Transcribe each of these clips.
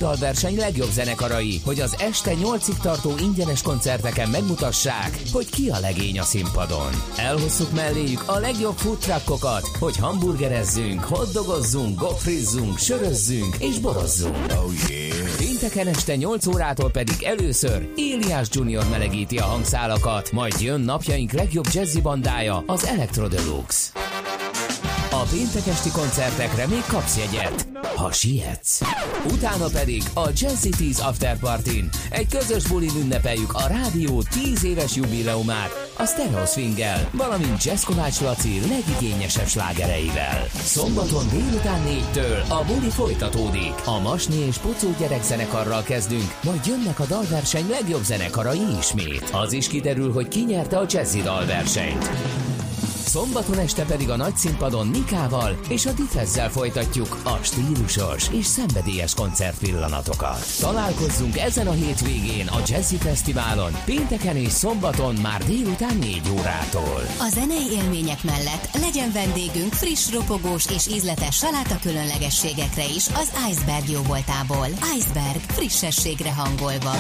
dalverseny legjobb zenekarai, hogy az este 8-ig tartó ingyenes koncerteken megmutassák, hogy ki a legény a színpadon. Elhozzuk melléjük a legjobb food truckokat, hogy hamburgerezzünk, hotdogozzunk, gofrizzunk, sörözzünk és borozzunk. Oh yeah. Pénteken este 8 órától pedig először Éliás Junior melegíti a hangszálakat, majd jön napjaink legjobb jazzy bandája, az Electro Deluxe. A péntek esti koncertekre még kapsz jegyet, ha sietsz. Utána pedig a Jazzy Tees After Partyn egy közös bulin ünnepeljük a rádió 10 éves jubileumát a Stereo Swinggel, valamint Jazz Kovács Laci legigényesebb slágereivel. Szombaton délután 4-től a buli folytatódik. A Masné és Pocó gyerekzenekarral kezdünk, majd jönnek a dalverseny legjobb zenekarai ismét. Az is kiderül, hogy ki nyerte a jazzy dalversenyt. Szombaton este pedig a nagy színpadon Nikával és a Diffezzel folytatjuk a stílusos és szenvedélyes koncertpillanatokat. Találkozzunk ezen a hétvégén a Jazzy Fesztiválon, pénteken és szombaton már délután 4 órától. A zenei élmények mellett legyen vendégünk friss, ropogós és ízletes saláta különlegességekre is az Iceberg jóvoltából. Iceberg, frissességre hangolva.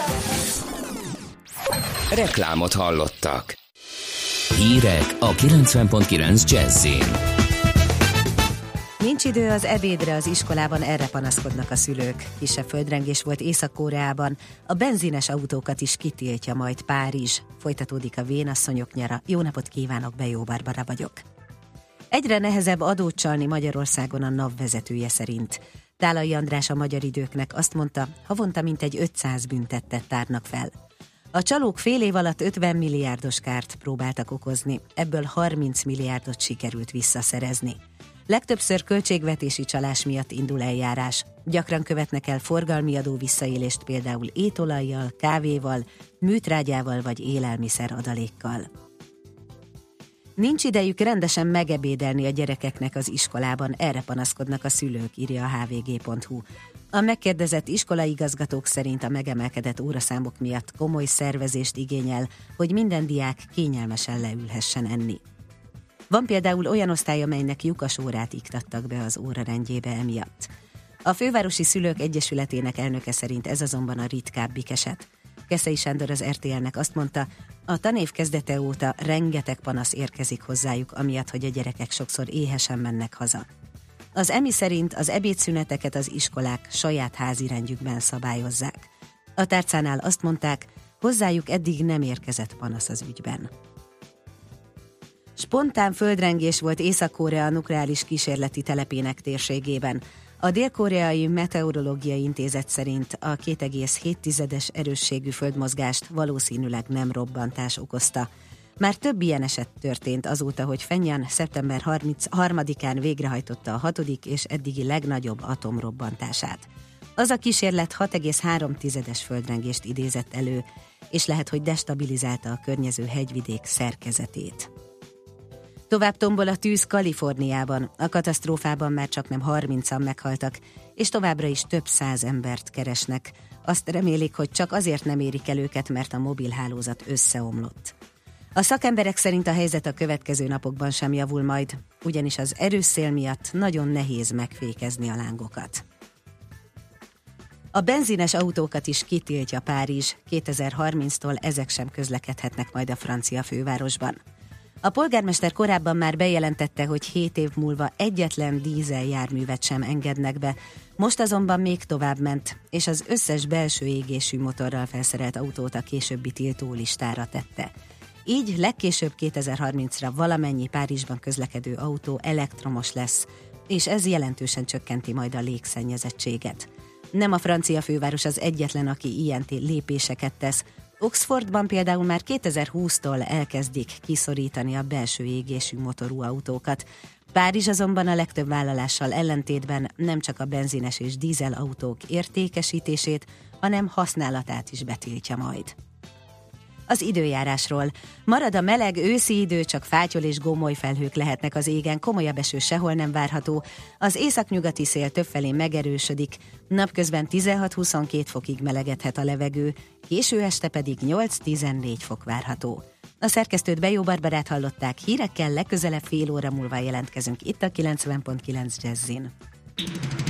Reklámot hallottak. Hírek a 90.9 Jazzyn. Nincs idő az ebédre az iskolában, erre panaszkodnak a szülők. Kisebb földrengés volt Észak-Koreában, a benzines autókat is kitiltja majd Párizs. Folytatódik a vénasszonyok nyara. Jó napot kívánok, Bejó Barbara vagyok. Egyre nehezebb adót csalni Magyarországon a NAV vezetője szerint. Tálai András a Magyar Időknek azt mondta, havonta mintegy 500 büntettet tárnak fel. A csalók fél év alatt 50 milliárdos kárt próbáltak okozni, ebből 30 milliárdot sikerült visszaszerezni. Legtöbbször költségvetési csalás miatt indul eljárás. Gyakran követnek el forgalmi adó visszaélést például étolajjal, kávéval, műtrágyával vagy élelmiszer adalékkal. Nincs idejük rendesen megebédelni a gyerekeknek az iskolában, erre panaszkodnak a szülők, írja a hvg.hu. A megkérdezett iskolaigazgatók szerint a megemelkedett óraszámok miatt komoly szervezést igényel, hogy minden diák kényelmesen leülhessen enni. Van például olyan osztály, amelynek lyukas órát iktattak be az órarendjébe emiatt. A Fővárosi Szülők Egyesületének elnöke szerint ez azonban a ritkábbik eset. Keszei Sándor az RTL-nek azt mondta, a tanév kezdete óta rengeteg panasz érkezik hozzájuk, amiatt, hogy a gyerekek sokszor éhesen mennek haza. Az EMI szerint az ebédszüneteket az iskolák saját házi rendjükben szabályozzák. A tárcánál azt mondták, hozzájuk eddig nem érkezett panasz az ügyben. Spontán földrengés volt Észak-Korea nukleáris kísérleti telepének térségében. A Dél-Koreai Meteorológiai Intézet szerint a 2,7-es erősségű földmozgást valószínűleg nem robbantás okozta. Már több ilyen eset történt azóta, hogy Pjöngjang szeptember 33-án végrehajtotta a 6. és eddigi legnagyobb atomrobbantását. Az a kísérlet 6,3-es földrengést idézett elő, és lehet, hogy destabilizálta a környező hegyvidék szerkezetét. Tovább tombol a tűz Kaliforniában, a katasztrófában már csaknem 30-an meghaltak, és továbbra is több 100 embert keresnek. Azt remélik, hogy csak azért nem érik el őket, mert a mobilhálózat összeomlott. A szakemberek szerint a helyzet a következő napokban sem javul majd, ugyanis az erős szél miatt nagyon nehéz megfékezni a lángokat. A benzines autókat is kitiltja Párizs, 2030-tól ezek sem közlekedhetnek majd a francia fővárosban. A polgármester korábban már bejelentette, hogy 7 év múlva egyetlen dízel járművet sem engednek be, most azonban még tovább ment, és az összes belső égésű motorral felszerelt autót a későbbi tiltólistára tette. Így legkésőbb 2030-ra valamennyi Párizsban közlekedő autó elektromos lesz, és ez jelentősen csökkenti majd a légszennyezettséget. Nem a francia főváros az egyetlen, aki ilyen lépéseket tesz. Oxfordban például már 2020-tól elkezdik kiszorítani a belső égésű motorú autókat. Párizs azonban a legtöbb vállalással ellentétben nem csak a benzines és dízel autók értékesítését, hanem használatát is betiltja majd. Az időjárásról. Marad a meleg őszi idő, csak fátyol és gomoly felhők lehetnek az égen, komolyabb eső sehol nem várható. Az északnyugati szél többfelé megerősödik, napközben 16-22 fokig melegedhet a levegő, késő este pedig 8-14 fok várható. A szerkesztőt Bejó Barbarát hallották, hírekkel legközelebb fél óra múlva jelentkezünk itt a 90.9 Jazzin.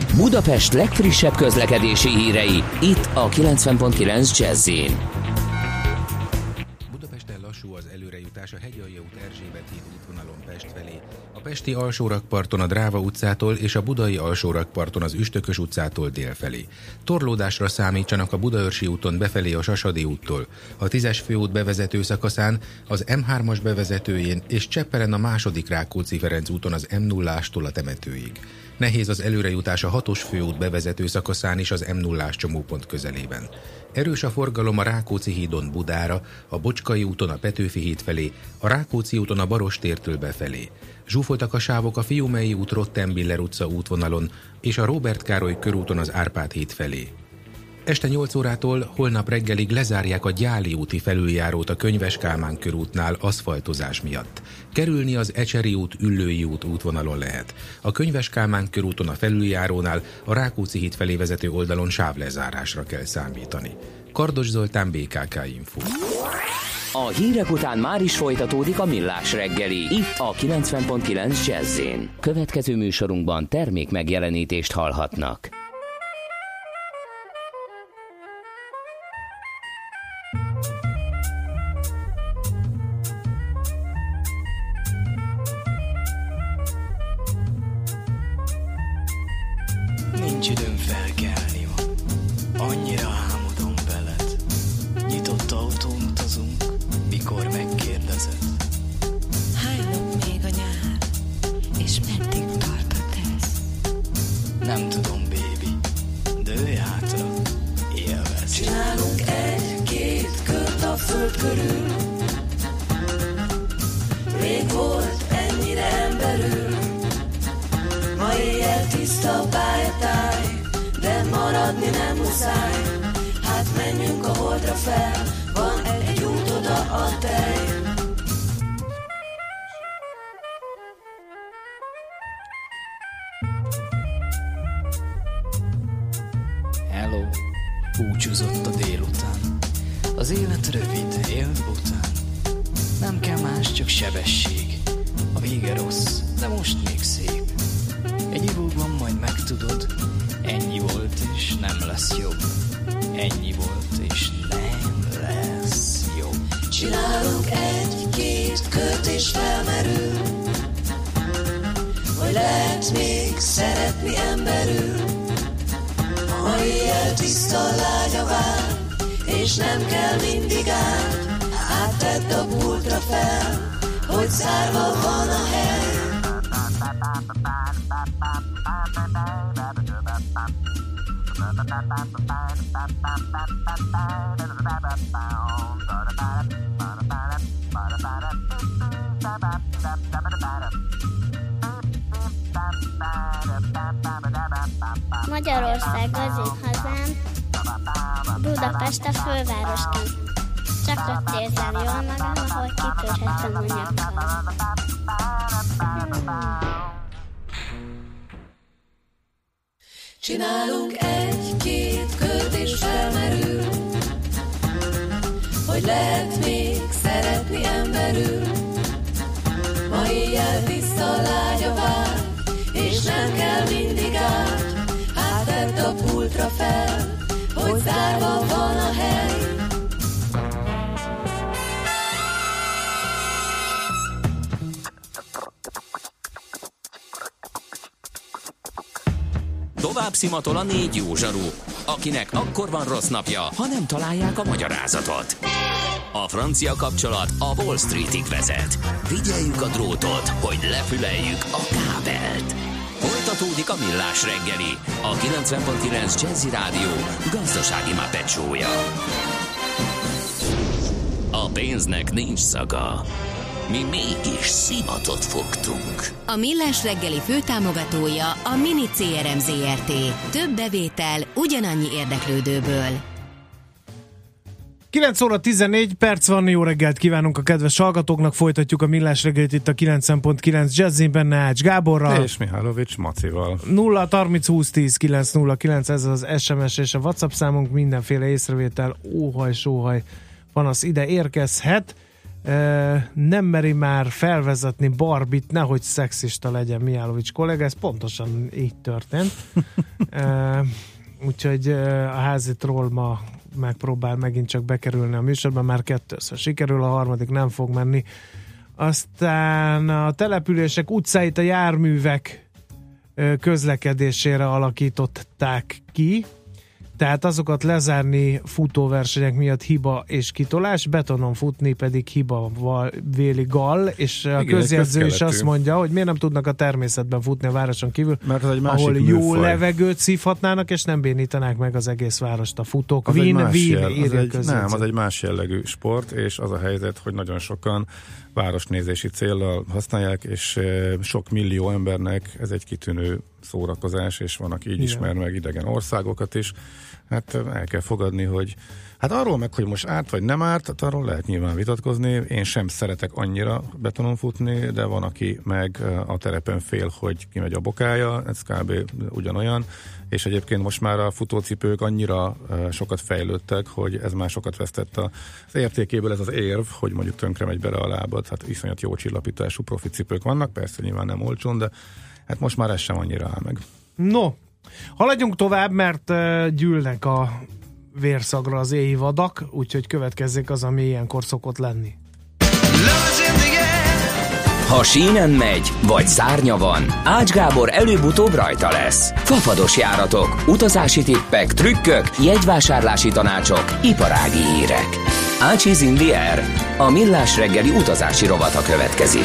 Budapest legfrissebb közlekedési hírei, itt a 90.9 Jazz-in. Budapesten lassú az előrejutás a Hegyalja út Erzsébet híd útvonalon Pest felé. A pesti alsórakparton a Dráva utcától és a budai alsórakparton az Üstökös utcától dél felé. Torlódásra számítsanak a Budaörsi úton befelé a Sasadi úttól, a 10-es főút bevezető szakaszán, az M3-as bevezetőjén és Cseppelen a második Rákóczi-Ferenc úton az M0-ástól a temetőig. Nehéz az előrejutás a 6-os főút bevezető szakaszán is az M0-ás csomópont közelében. Erős a forgalom a Rákóczi hídon Budára, a Bocskai úton a Petőfi híd felé, a Rákóczi úton a Barostértől befelé. Zsúfoltak a sávok a Fiumei út Rottenbiller utca útvonalon és a Róbert Károly körúton az Árpád híd felé. Este 8 órától holnap reggelig lezárják a Gyáli úti felüljárót a Könyves Kálmán körútnál aszfaltozás miatt. Kerülni az Ecseri út, Üllői út útvonalon lehet. A Könyves Kálmán körúton a felüljárónál a Rákóczi híd felé vezető oldalon sávlezárásra kell számítani. Kardos Zoltán, BKK Info. A hírek után már is folytatódik a Millás reggeli, itt a 90.9 Jazz-in. Következő műsorunkban termék megjelenítést hallhatnak. Nincs időm felkelni ma, annyira álmodom veled. Nyitott autón utazunk, mikor megkérdezed. Hány nap még a nyár, és meddig tartott ez? Nem tudom, baby, dőlj hátra, élvezd. Csinálunk egy-két kört a föld körül. Rég volt ennyire emberül. Ma éjjel tiszta pályatáj, de maradni nem muszáj. Hát menjünk a holdra fel, van egy út oda a tej. Hello, búcsúzott a délután. Az élet rövid, éld után. Nem kell más, csak sebesség. A vége rossz, de most még szép. Egy ivóban majd megtudod, ennyi volt és nem lesz jobb. Ennyi volt és nem lesz jobb. Csinálunk egy-két kört és felmerül, hogy lehet még szeretni emberül. Ha éjjel tiszta lágy a vár, és nem kell mindig át. Áttedd a pultra fel, hogy zárva van a hely. Magyarország az én hazám, Budapest a fővárosként. Csak ott érzem jól magam, ahol kitörhetem a nyakkal. Csinálunk egy-két kört és felmerül, hogy lehet még szeretni emberül. Ma éjjel tiszta lágy a vár, és nem kell mindig át. Áttedd a pultra fel, hogy zárva van a hely. Tovább szimatol a 4 jó zsaru, akinek akkor van rossz napja, ha nem találják a magyarázatot. A francia kapcsolat a Wall Streetig vezet. Figyeljük a drótot, hogy lefüleljük a kábelt. Folytatódik a Millás reggeli, a 90.9 Jazzy Rádió gazdasági Muppet show-ja. A pénznek nincs szaga. Mi mégis szimatot fogtunk. A Millás reggeli főtámogatója a Mini CRM Zrt. Több bevétel ugyanannyi érdeklődőből. 9 óra 14 perc van, jó reggelt kívánunk a kedves hallgatóknak, folytatjuk a Millás reggelit itt a 90.9 Jazzin, benne Ács Gáborral. És Mihálovics Macival. 0-30-20-10-9-09, ez az SMS és a WhatsApp számunk, mindenféle észrevétel, óhaj, sóhaj, panasz ide érkezhet. nem meri már felvezetni Barbit, nehogy szexista legyen Mijálovics kollega, ez pontosan így történt. Úgyhogy a házi troll ma megpróbál megint csak bekerülni a műsorban, már 2-ször sikerül, a harmadik nem fog menni. Aztán a települések utcáit a járművek közlekedésére alakították ki, tehát azokat lezárni futóversenyek miatt hiba és kitolás, betonon futni pedig hiba véli Gall, és a közjegyző is azt mondja, hogy miért nem tudnak a természetben futni a városon kívül, mert az egy másik ahol jó műfaj. Levegőt szívhatnának, és nem bénítanák meg az egész várost a futók. Az Az egy más jellegű sport, és az a helyzet, hogy nagyon sokan városnézési céllal használják, és sok millió embernek ez egy kitűnő szórakozás, és van, aki így ismer meg idegen országokat is. Hát el kell fogadni, hogy hát arról meg, hogy most árt vagy nem árt, hát arról lehet nyilván vitatkozni. Én sem szeretek annyira betonon futni, de van, aki meg a terepen fél, hogy kimegy a bokája, ez kb. Ugyanolyan, és egyébként most már a futócipők annyira sokat fejlődtek, hogy ez már sokat vesztett az értékéből, ez az érv, hogy mondjuk tönkre megy bele a lábad, hát iszonyat jó csillapítású profi cipők vannak, persze nyilván nem olcsón, de hát most már ez sem annyira áll meg. No, haladjunk tovább, mert gyűlnek a vérszagra az éhi vadak, úgyhogy következzék az, ami ilyenkor szokott lenni. Ha sínen megy, vagy szárnya van, Ács Gábor előbb-utóbb rajta lesz. Fafados járatok, utazási tippek, trükkök, jegyvásárlási tanácsok, iparági hírek. Ácsiz in the air, a millás reggeli utazási rovata következik.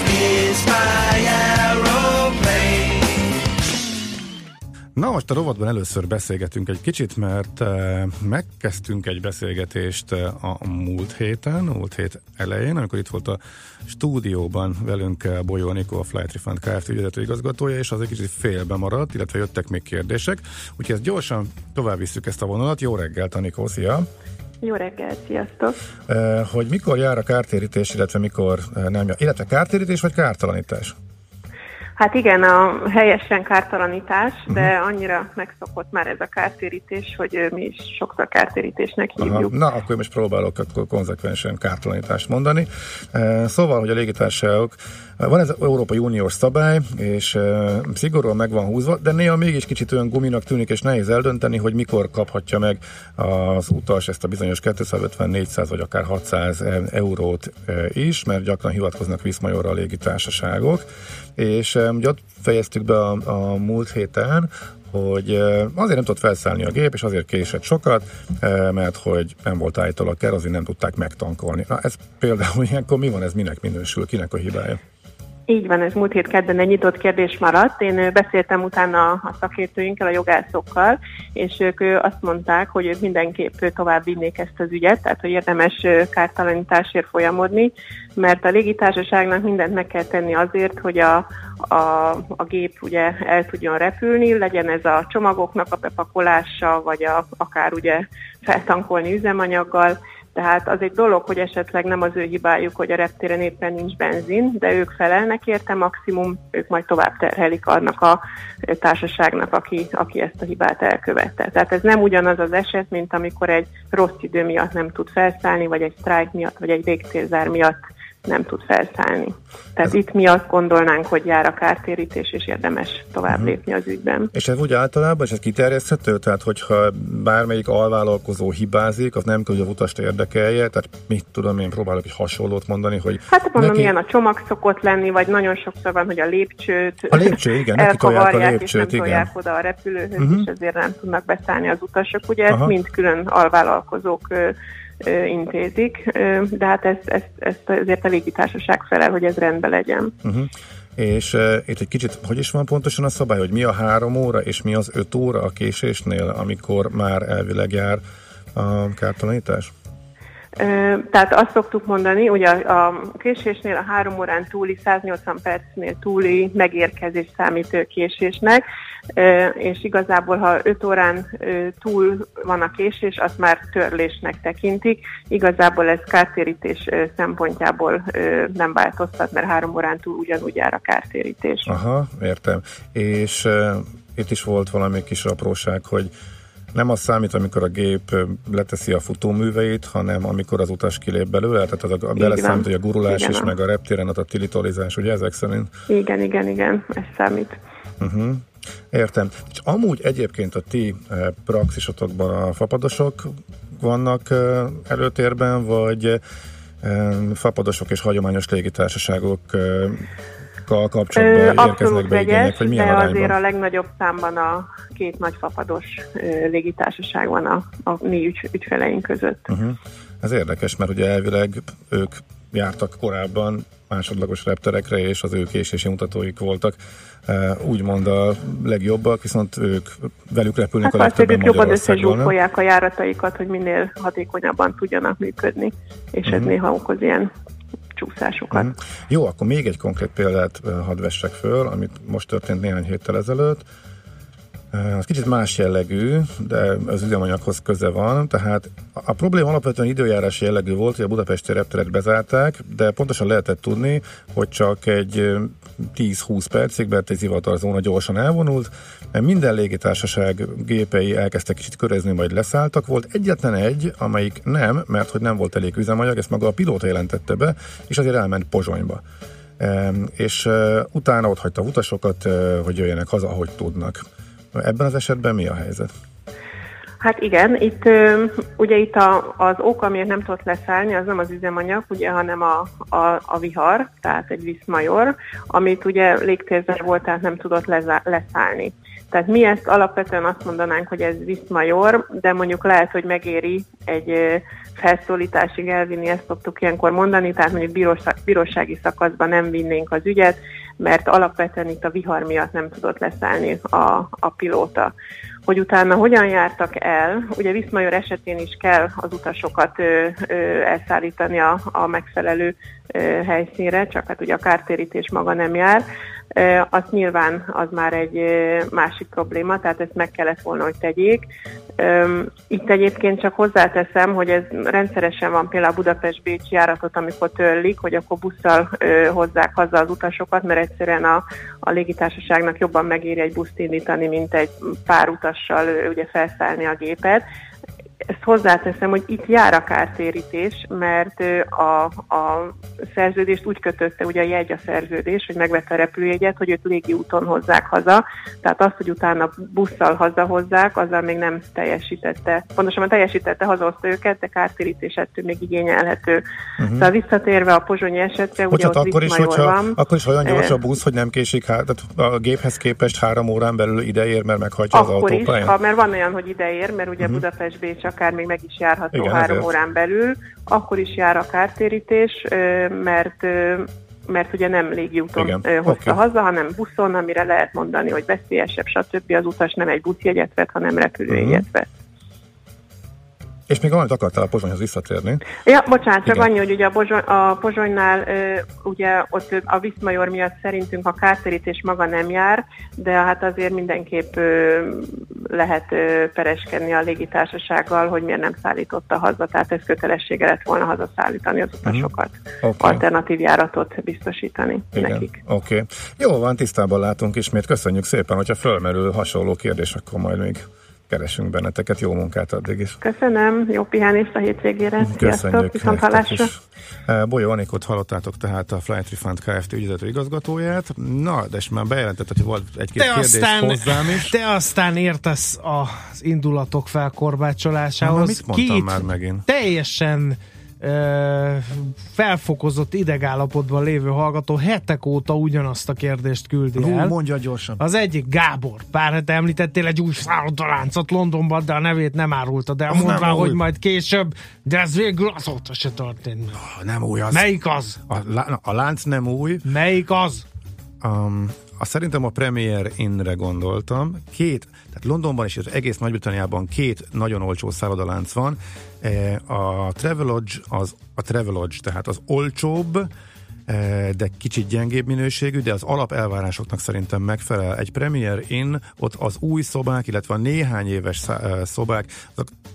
Na most a rovatban először beszélgetünk egy kicsit, mert megkezdtünk egy beszélgetést a múlt hét elején, amikor itt volt a stúdióban velünk Bolyó Anikó, a Flight Refund Kft. Ügyvezető igazgatója, és az egy kicsit félbe maradt, illetve jöttek még kérdések, úgyhogy ezt gyorsan tovább visszük ezt a vonalat. Jó reggelt, Anikó, szia! Jó reggelt, sziasztok! Hogy mikor jár a kártérítés, illetve mikor nem jár, illetve kártérítés vagy kártalanítás? Hát igen, a helyesen kártalanítás, de annyira megszokott már ez a kártérítés, hogy mi is sokszor kártérítésnek hívjuk. Aha. Na, akkor most próbálok akkor konzekvensen kártalanítást mondani. Szóval, hogy a légitársaságok, van ez az Európai Uniós szabály, és szigorúan meg van húzva, de néha mégis kicsit olyan guminak tűnik, és nehéz eldönteni, hogy mikor kaphatja meg az utas ezt a bizonyos 250-400 vagy akár 600 eurót is, mert gyakran hivatkoznak viszmajorra a légitársaságok. És ugye ott fejeztük be a múlt héten, hogy azért nem tudott felszállni a gép, és azért késett sokat, mert hogy nem volt állítólag kell, azért nem tudták megtankolni. Na ez például ilyenkor mi van, ez minek minősül, kinek a hibája? Így van, ez múlt hét kedden egy nyitott kérdés maradt. Én beszéltem utána a szakértőinkkel, a jogászokkal, és ők azt mondták, hogy ők mindenképp tovább vinnék ezt az ügyet, tehát hogy érdemes kártalanításért folyamodni, mert a légitársaságnak mindent meg kell tenni azért, hogy a gép ugye el tudjon repülni, legyen ez a csomagoknak a bepakolása, vagy akár ugye feltankolni üzemanyaggal. Tehát az egy dolog, hogy esetleg nem az ő hibájuk, hogy a reptéren éppen nincs benzin, de ők felelnek érte maximum, ők majd tovább terhelik annak a társaságnak, aki ezt a hibát elkövette. Tehát ez nem ugyanaz az eset, mint amikor egy rossz idő miatt nem tud felszállni, vagy egy sztrájk miatt, vagy egy légtérzár miatt nem tud felszállni. Tehát itt mi azt gondolnánk, hogy jár a kártérítés, és érdemes tovább lépni az ügyben. És ez úgy általában, és ez kiterjeszthető? Tehát, hogyha bármelyik alvállalkozó hibázik, az nem kell, hogy a utast érdekelje, tehát mit tudom, én próbálok egy hasonlót mondani, hogy... Hát mondom, milyen a csomag szokott lenni, vagy nagyon sokszor van, hogy a lépcsőt igen, elkavarják, és nem tolják oda a repülőhöz, és ezért nem tudnak beszállni az utasok. Ugye ezt mind külön alvállalkozók intézik, de hát ezt azért a légitársaság felel, hogy ez rendben legyen. És itt egy kicsit, hogy is van pontosan a szabály, hogy mi a 3 óra és mi az 5 óra a késésnél, amikor már elvileg jár a kártalanítás? Tehát azt szoktuk mondani, ugye a késésnél a 3 órán túli, 180 percnél túli megérkezés számít késésnek, és igazából, ha 5 órán túl van a késés, azt már törlésnek tekintik. Igazából ez kártérítés szempontjából nem változtat, mert 3 órán túl ugyanúgy jár a kártérítés. Aha, értem. És itt is volt valami kis apróság, hogy nem az számít, amikor a gép leteszi a futóműveit, hanem amikor az utas kilép belőle, tehát beleszámít, hogy a gurulás is, meg a reptéren a tilitolizás, ugye ezek szerint? Igen, ez számít. Értem. És amúgy egyébként a ti praxisotokban a fapadosok vannak előtérben, vagy fapadosok és hagyományos légitársaságokkal kapcsolatban érkeznek be igények, vagy milyen arányban? Azért a legnagyobb számban a két nagy fapados légitársaság van a mi ügyfeleink között. Ez érdekes, mert ugye elvileg ők jártak korábban másodlagos repterekre, és az ő késési mutatóik voltak úgymond a legjobbak, viszont ők velük repülnek a legtöbben Magyarországon. Jobban összezsúfolják a járataikat, hogy minél hatékonyabban tudjanak működni, és ez néha okoz ilyen csúszásokat. Jó, akkor még egy konkrét példát hadd vessek föl, amit most történt néhány héttel ezelőtt. Az kicsit más jellegű, de az üzemanyaghoz köze van, tehát a probléma alapvetően időjárás jellegű volt, hogy a budapesti repteret bezárták, de pontosan lehetett tudni, hogy csak egy 10-20 percig, mert egy zivatarzóna gyorsan elvonult, minden légitársaság gépei elkezdtek kicsit körezni, majd leszálltak, volt egyetlen egy, amelyik nem, mert hogy nem volt elég üzemanyag, ezt maga a pilóta jelentette be, és azért elment Pozsonyba. És utána ott hagyta utasokat, hogy jöjjenek haza, ahogy tudnak. Ebben az esetben mi a helyzet? Hát igen, itt az ok, amiért nem tudott leszállni, az nem az üzemanyag, ugye, hanem a vihar, tehát egy Viszmajor, amit ugye légtérzár volt, tehát nem tudott leszállni. Tehát mi ezt alapvetően azt mondanánk, hogy ez Viszmajor, de mondjuk lehet, hogy megéri egy felszólításig elvinni, ezt szoktuk ilyenkor mondani, tehát mondjuk bírósági szakaszban nem vinnénk az ügyet, mert alapvetően itt a vihar miatt nem tudott leszállni a pilóta. Hogy utána hogyan jártak el, ugye Viszmajor esetén is kell az utasokat elszállítani a megfelelő helyszínre, csak hát ugye a kártérítés maga nem jár. Az nyilván az már egy másik probléma, tehát ezt meg kellett volna, hogy tegyék. Itt egyébként csak hozzáteszem, hogy ez rendszeresen van például a Budapest-Bécs járatot, amikor törlik, hogy akkor busszal hozzák haza az utasokat, mert egyszerűen a légitársaságnak jobban megéri egy buszt indítani, mint egy pár utassal ugye felszállni a gépet. Ezt hozzáteszem, hogy itt jár a kártérítés, mert a szerződést úgy kötötte, ugye a jegy a szerződés, hogy megvette a repülőjegyet, hogy őt légi úton hozzák haza. Tehát azt, hogy utána busszal hazahozzák, azzal még nem teljesítette. Pontosabban teljesítette, hazahozta őket, de kártérítés ettől még igényelhető. Szóval visszatérve a pozsonyi esetre, ugye ott Viszmajor van. Akkor is olyan gyors a busz, hogy nem késik, tehát a géphez képest 3 órán belül ideér, mert meghagyja az autópályán? Akkor is, mert van olyan, hogy ideér, mert ugye Budapest-Bécs akár még meg is járható. Igen, 3 órán belül, akkor is jár a kártérítés, mert ugye nem légiúton hozta haza, hanem buszon, amire lehet mondani, hogy veszélyesebb, stb. Az utas nem egy buszjegyet vett, hanem repülőjegyet vett. És még valamit akartál a Pozsonyhoz visszatérni? Ja, bocsánat, csak annyi, hogy ugye a Pozsonynál ugye ott a Viszmajor miatt szerintünk a kártérítés maga nem jár, de hát azért mindenképp lehet pereskedni a légitársasággal, hogy miért nem szállította haza, tehát ez kötelessége lett volna hazaszállítani az utasokat, alternatív járatot biztosítani nekik. Oké. Jó van, tisztában látunk ismét. Köszönjük szépen, hogyha fölmerül hasonló kérdés, akkor majd még keresünk benneteket, jó munkát addig is. Köszönöm, jó pihenést a hétvégére. Köszönjük. Viszonthallásra. Bolyó Anikót hallottátok, tehát a Flight Refund Kft. Ügyvezető igazgatóját. Na, de már bejelentett, hogy volt egy-két kérdés hozzám is. Te aztán értesz az indulatok felkorbácsolásához. Mit mondtam már megint? Teljesen felfokozott idegállapotban lévő hallgató hetek óta ugyanazt a kérdést küldi el. Mondja gyorsan. Az egyik Gábor. Pár hete említettél egy új szállodaláncot Londonban, de a nevét nem árulta, de mondvá, hogy majd később, de ez végül azóta se történt. Nem új az. Melyik az? A lánc nem új. Melyik az? Szerintem a Premier Innre gondoltam. Tehát Londonban és az egész Nagy-Britanniában 2 nagyon olcsó szállodalánc van. A Travelodge, tehát az olcsóbb, de kicsit gyengébb minőségű, de az alap elvárásoknak szerintem megfelel. Egy Premier Inn, ott az új szobák, illetve a néhány éves szobák, azok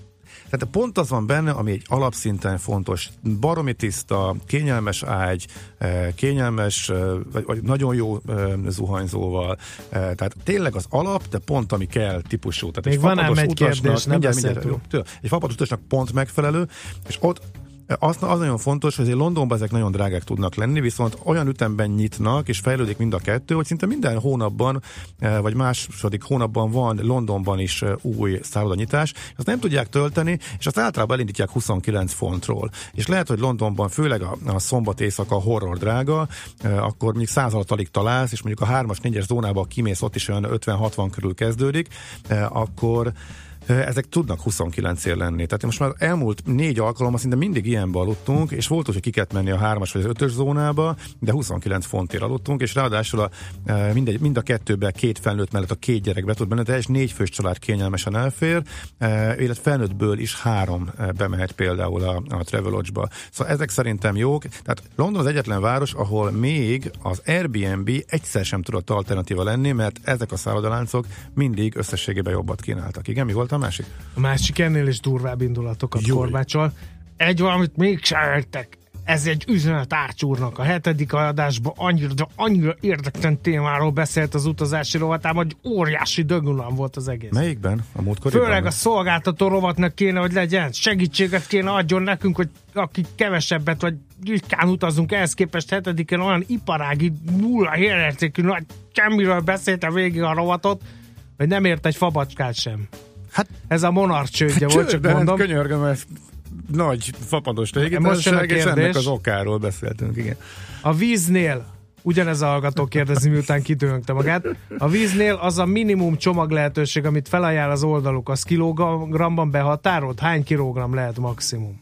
Tehát pont az van benne, ami egy alapszinten fontos. Baromi tiszta, kényelmes ágy, kényelmes, vagy nagyon jó zuhanyzóval. Tehát tényleg az alap, de pont ami kell típusú. Tehát még van ám egy kérdés, nem beszéltünk. Egy fapados utasnak pont megfelelő, és ott az nagyon fontos, hogy Londonban ezek nagyon drágák tudnak lenni, viszont olyan ütemben nyitnak, és fejlődik mind a kettő, hogy szinte minden hónapban, vagy második hónapban van Londonban is új szállodanyitás, azt nem tudják tölteni, és azt általában elindítják 29 fontról. És lehet, hogy Londonban főleg a szombat éjszaka horror drága, akkor mondjuk 100 alatt alig találsz, és mondjuk a 3-as, 4-es zónába kimész, ott is olyan 50-60 körül kezdődik, akkor ezek tudnak 29-ér lenni. Tehát most már elmúlt 4 alkalommal szinte mindig ilyenbe aludtunk, és volt, hogy ki kellett menni a 3-as vagy az 5-ös zónába, de 29 fontért aludtunk, és ráadásul mind a kettőben 2 felnőtt mellett a 2 gyerek be tud benne, de 4 fős család kényelmesen elfér, illetve felnőttből is 3 bemehet például a Travelodge-ba. Szóval ezek szerintem jók. Tehát London az egyetlen város, ahol még az Airbnb egyszer sem tudott alternatíva lenni, mert ezek a szállodaláncok mindig összességében jobbat kínáltak. Igen, mi volt a másik? A másik ennél is durvább indulatokat korbácsol. Egy valamit még se értek. Ez egy üzenet Ács úrnak. A 7. adásban annyira érdektelen témáról beszélt az utazási rovatában, hogy óriási dögunalom volt az egész. Melyikben? A múltkoriban? Főleg a szolgáltató rovatnak kéne, hogy legyen. Segítséget kéne adjon nekünk, hogy akik kevesebbet vagy ritkán utazunk, ehhez képest 7-en olyan iparági, nulla értékű, nagy semmiről beszélte végig a rovatot, hogy nem ért egy fabacskát sem. Hát, ez a Monarch csődje volt, csak mondom. Könyörgöm, ez nagy fapados légitársaság, és ennek az okáról beszéltünk, igen. A víznél, ugyanez a hallgató kérdezi, miután kitűnögte magát, a víznél az a minimum csomag lehetőség, amit felajánl az oldaluk, az kilogramban behatárolt? Hány kilogramm lehet maximum?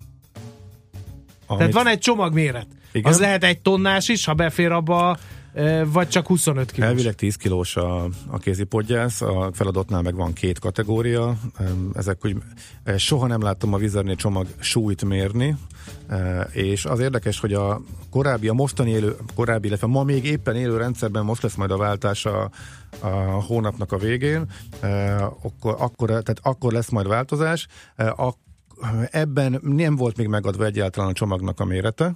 Tehát van egy csomagméret. Igen? Az lehet 1 tonnás is, ha befér abba, vagy csak 25 kilós? Elvileg 10 kilós a kézipodgyász, a feladatnál meg van 2 kategória. Ezek úgy soha nem láttam a Wizz Airnél csomag súlyt mérni, és az érdekes, hogy a mostani illetve ma még éppen élő rendszerben most lesz majd a váltás a hónapnak a végén, akkor lesz majd változás. Ebben nem volt még megadva egyáltalán a csomagnak a mérete.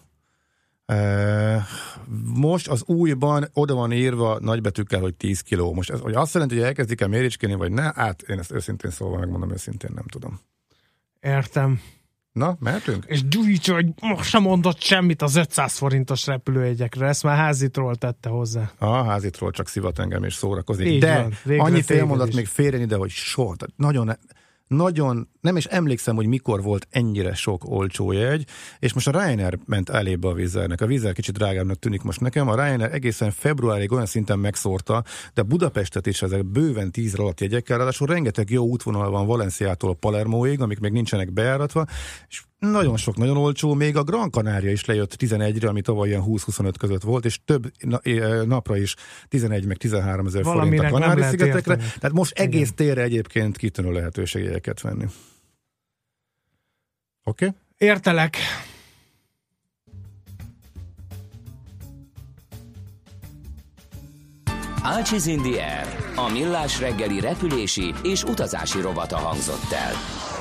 Most az újban oda van írva nagybetűkkel, hogy 10 kiló. Most ez, hogy azt jelenti, hogy elkezdik el méricskélni, vagy ne? Hát én ezt őszintén szólva megmondom, őszintén nem tudom. Értem. Na, mehetünk? És Gyurics, hogy most sem mondott semmit az 500 forintos repülőjegyekre. Ezt már házitról tette hozzá. A házitról csak szivat engem és szórakozik. Így de van, annyi félmondat még félren ide, hogy soha. Nagyon, nem is emlékszem, hogy mikor volt ennyire sok olcsó jegy, és most a Ryanair ment elébe a Wizz Airnek. A Wizz Air kicsit drágábbnak tűnik most nekem, a Ryanair egészen februárig olyan szinten megszórta, de Budapestet is ezek bőven 10 alatt jegyekkel, ráadásul rengeteg jó útvonal van Valenciától Palermoig, amik még nincsenek bejáratva, és nagyon sok, nagyon olcsó, még a Gran Canaria is lejött 11-re, ami tavaly ilyen 20-25 között volt, és több napra is 11 meg 13 ezer forint a Kanári-szigetekre. Tehát most egész térre egyébként kitűnő lehetőségeket venni. Oké? Okay? Értelek. Ácsiz in the Air, a millás reggeli repülési és utazási rovata hangzott el.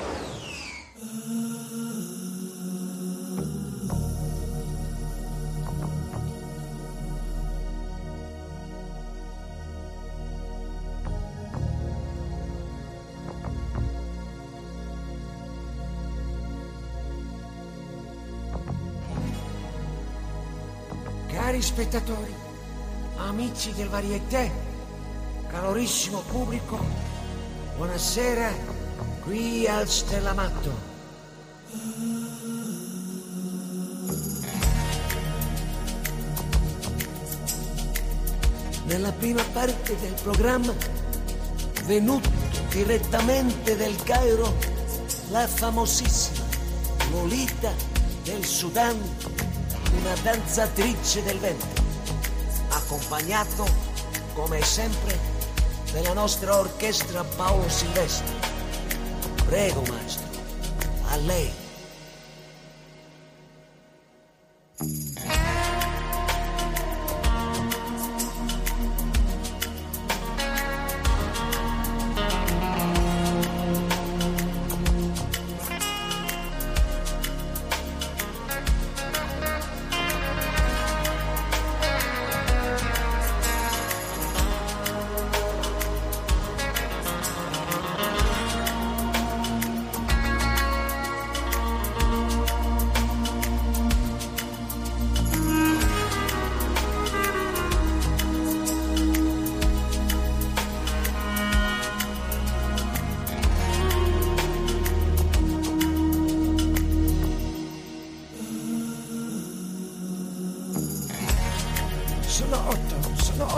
Cari spettatori, amici del Varieté, calorissimo pubblico, buonasera qui al Stellamatto. Nella prima parte del programma, venuto direttamente del Cairo, la famosissima Lolita del Sudan, una danzatrice del vento, accompagnato come sempre dalla nostra orchestra Paolo Silvestri. Prego maestro, a lei.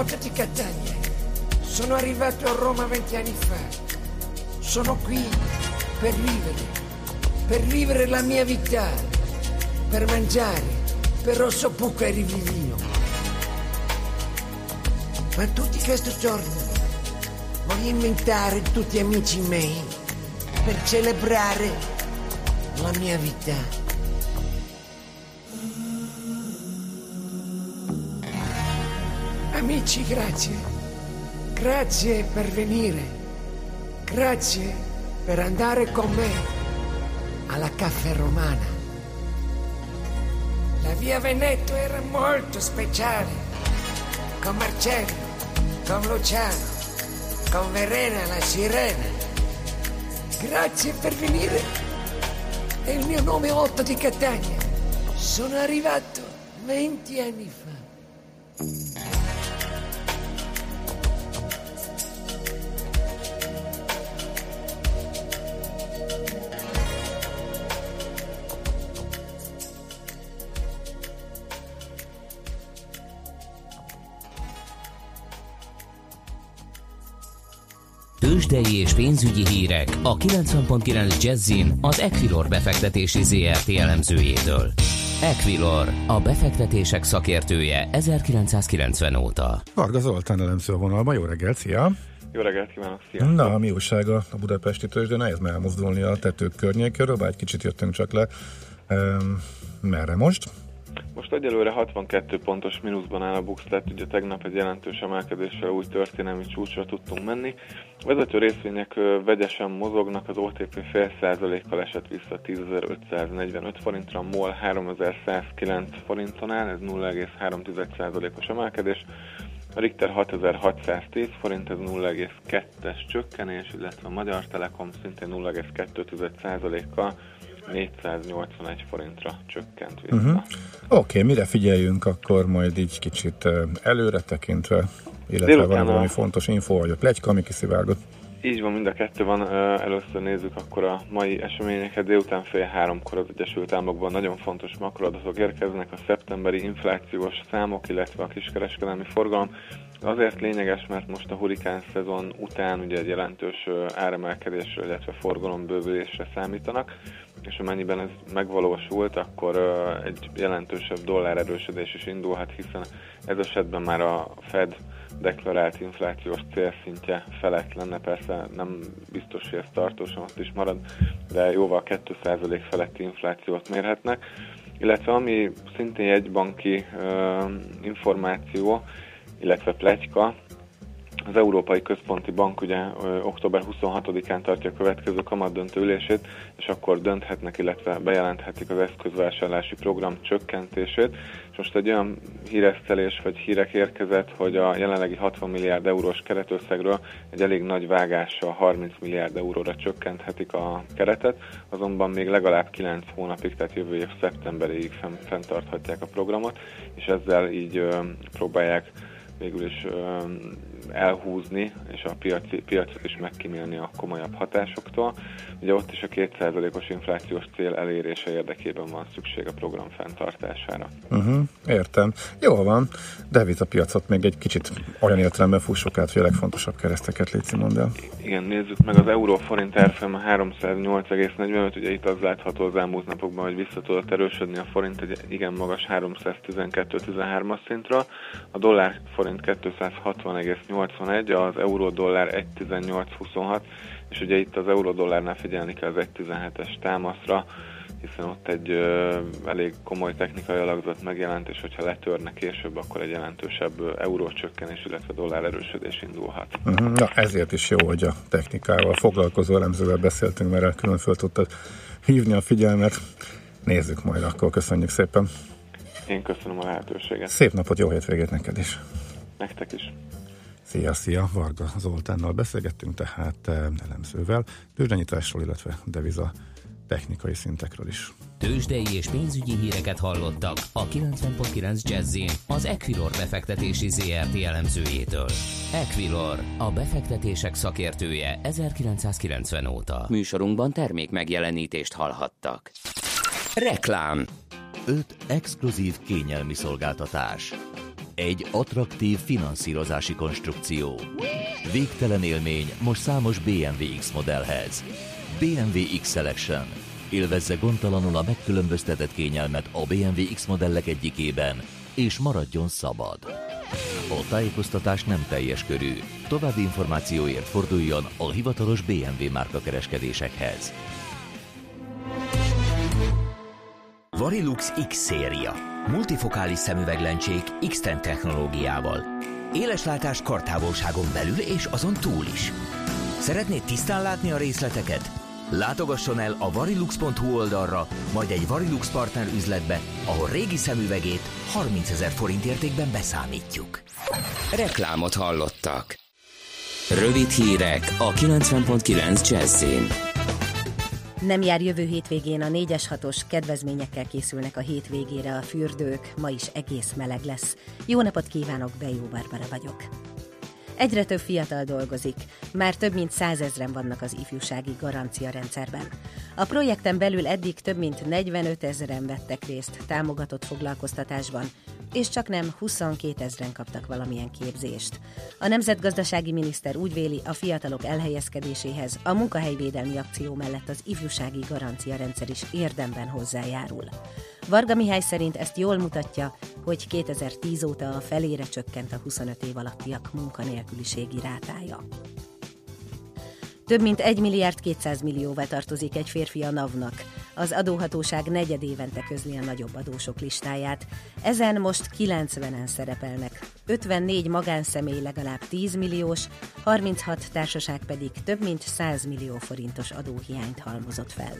8 di Catania. Sono arrivato a Roma 20 anni fa. Sono qui per vivere la mia vita, per mangiare, però so poco e rivivino. Ma tutti questi giorni voglio inventare tutti amici miei per celebrare la mia vita. Amici, grazie. Grazie per venire. Grazie per andare con me alla Caffè Romana. La via Veneto era molto speciale. Con Marcello, con Luciano, con Verena la sirena. Grazie per venire. È il mio nome è Otto di Catania. Sono arrivato 20 anni fa. Tőzsdei és pénzügyi hírek a 90.9 Jazzin az Equilor befektetési ZRT elemzőjétől. Equilor, a befektetések szakértője 1990 óta. Varga Zoltán elemző a vonalban, jó reggelt, szia! Jó reggelt kívánok, sziasztok! Na, mi újság a budapesti tőzsdén? Nehéz már elmozdulni a tetők környékéről, bár egy kicsit jöttünk csak le. Merre most? Most egyelőre 62 pontos mínuszban áll a BUX, tehát ugye tegnap egy jelentős emelkedéssel új történelmi csúcsra tudtunk menni. A vezető részvények vegyesen mozognak, az OTP 0,5%-kal esett vissza 10.545 forintra, a MOL 3.109 forinton áll, ez 0,3%-os emelkedés. A Richter 6610 forint, ez 0,2-es csökkenés, illetve a Magyar Telekom szintén 0,2%-kal 481 forintra csökkent vissza. Oké, mire figyeljünk akkor majd így kicsit előre tekintve, illetve van valami fontos info, vagy a pletyka, ami kiszivárgott? Így van, mind a kettő van. Először nézzük akkor a mai eseményeket. Délután 2:30-kor az Egyesült Államokban nagyon fontos makroadatok érkeznek, a szeptemberi inflációs számok, illetve a kiskereskedelmi forgalom. Azért lényeges, mert most a hurikán szezon után ugye egy jelentős áremelkedésre, illetve forgalombővülésre számítanak, és amennyiben ez megvalósult, akkor egy jelentősebb dollár erősödés is indulhat, hiszen ez esetben már a Fed deklarált inflációs célszintje felett lenne, persze nem biztos, hogy ez tartósan ott is marad, de jóval 2% feletti inflációt mérhetnek, illetve ami szintén jegybanki információ, illetve pletyka, az Európai Központi Bank ugye október 26-án tartja a következő kamatdöntő ülését, és akkor dönthetnek, illetve bejelenthetik az eszközvásárlási program csökkentését. És most egy olyan híresztelés vagy hírek érkezett, hogy a jelenlegi 60 milliárd eurós keretösszegről egy elég nagy vágással 30 milliárd euróra csökkenthetik a keretet, azonban még legalább 9 hónapig, tehát jövő év szeptemberig fenntarthatják a programot, és ezzel így próbálják végül is elhúzni, és a piacot is megkímélni a komolyabb hatásoktól. Ugye ott is a 2%-os inflációs cél elérése érdekében van szükség a program fenntartására. Értem. Jól van, devizapiacot még egy kicsit olyan értelemben fussuk át, hogy a legfontosabb kereszteket légy, mondd el. Igen, nézzük meg az euró-forint árfolyama 308,45, ugye itt az látható az elmúlt napokban, hogy vissza tudott erősödni a forint egy igen magas 312,13-as szintről, a dollár-forint 260,81, az euró-dollár 1,1826, és ugye itt az euró-dollárnál figyelni kell az 1,17-es támaszra, hiszen ott egy elég komoly technikai alakzat megjelent, és hogyha letörne később, akkor egy jelentősebb eurócsökkenés, illetve dollár erősödés indulhat. Na ezért is jó, hogy a technikával foglalkozó elemzővel beszéltünk, mert külön föl tudtad hívni a figyelmet. Nézzük majd akkor, köszönjük szépen. Én köszönöm a lehetőséget. Szép napot, jó hétvégét neked is. Nektek is. Szia, Varga Zoltánnal beszélgettünk, tehát elemzővel, tőzsdenyításról, illetve deviza technikai szintekről is. Tőzsdei és pénzügyi híreket hallottak a 90.9 Jazzin az Equilor befektetési ZRT elemzőjétől. Equilor, a befektetések szakértője 1990 óta. Műsorunkban termék megjelenítést hallhattak. Reklám. 5 exkluzív kényelmi szolgáltatás. Egy attraktív finanszírozási konstrukció. Végtelen élmény most számos BMW X modellhez. BMW X Selection. Élvezze gondtalanul a megkülönböztetett kényelmet a BMW X modellek egyikében, és maradjon szabad. A tájékoztatás nem teljes körű. További információért forduljon a hivatalos BMW márkakereskedésekhez. Varilux X-széria. Multifokális szemüveglencsék X-Ten technológiával. Éleslátás kartávolságon belül és azon túl is. Szeretnéd tisztán látni a részleteket? Látogasson el a varilux.hu oldalra, majd egy Varilux partner üzletbe, ahol régi szemüvegét 30 000 forint értékben beszámítjuk. Reklámot hallottak. Rövid hírek a 90.9 Jazzin. Nem jár jövő hétvégén, a 4-es 6-os kedvezményekkel készülnek a hétvégére a fürdők, ma is egész meleg lesz. Jó napot kívánok, Bejó Barbara vagyok. Egyre több fiatal dolgozik, már több mint 100 000-en vannak az ifjúsági garancia rendszerben. A projekten belül eddig több mint 45 000-en vettek részt támogatott foglalkoztatásban, és csaknem 22 000-en kaptak valamilyen képzést. A nemzetgazdasági miniszter úgy véli, a fiatalok elhelyezkedéséhez a munkahelyvédelmi akció mellett az ifjúsági garancia rendszer is érdemben hozzájárul. Varga Mihály szerint ezt jól mutatja, hogy 2010 óta a felére csökkent a 25 év alattiak munkanélküliségi rátája. Több mint 1 milliárd 200 millióval tartozik egy férfi a NAV-nak. Az adóhatóság negyedévente közli a nagyobb adósok listáját. Ezen most 90-en szerepelnek. 54 magánszemély legalább 10 milliós, 36 társaság pedig több mint 100 millió forintos adóhiányt halmozott fel.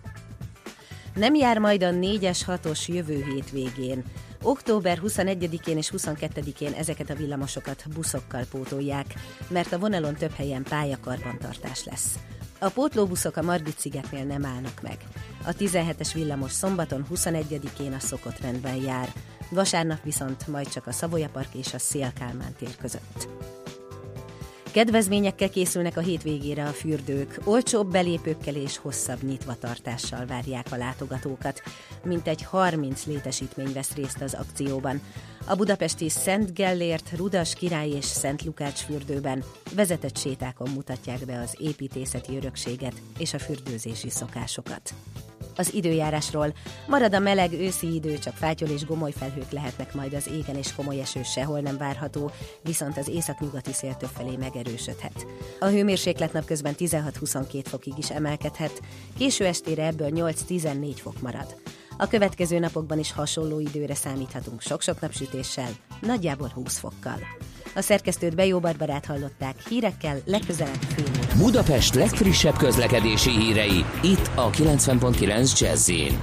Nem jár majd a 4-es 6-os jövő hétvégén. Október 21-én és 22-én ezeket a villamosokat buszokkal pótolják, mert a vonalon több helyen pályakarbantartás lesz. A pótlóbuszok a Margit-szigetnél nem állnak meg. A 17-es villamos szombaton 21-én a szokott rendben jár, vasárnap viszont majd csak a Savoya Park és a Széll-Kálmán tér között. Kedvezményekkel készülnek a hétvégére a fürdők, olcsóbb belépőkkel és hosszabb nyitvatartással várják a látogatókat. Mintegy 30 létesítmény vesz részt az akcióban. A budapesti Szent Gellért, Rudas Király és Szent Lukács fürdőben vezetett sétákon mutatják be az építészeti örökséget és a fürdőzési szokásokat. Az időjárásról: marad a meleg őszi idő, csak fátyol és gomoly felhők lehetnek majd az égen, és komoly eső sehol nem várható, viszont az északnyugati szél többfelé megerősödhet. A hőmérséklet napközben 16-22 fokig is emelkedhet, késő estére ebből 8-14 fok marad. A következő napokban is hasonló időre számíthatunk sok-sok napsütéssel, nagyjából 20 fokkal. A szerkesztőt, Bejó Barbarát hallották, hírekkel legközelebb fél óra. Budapest legfrissebb közlekedési hírei, itt a 90.9 Jazz-in.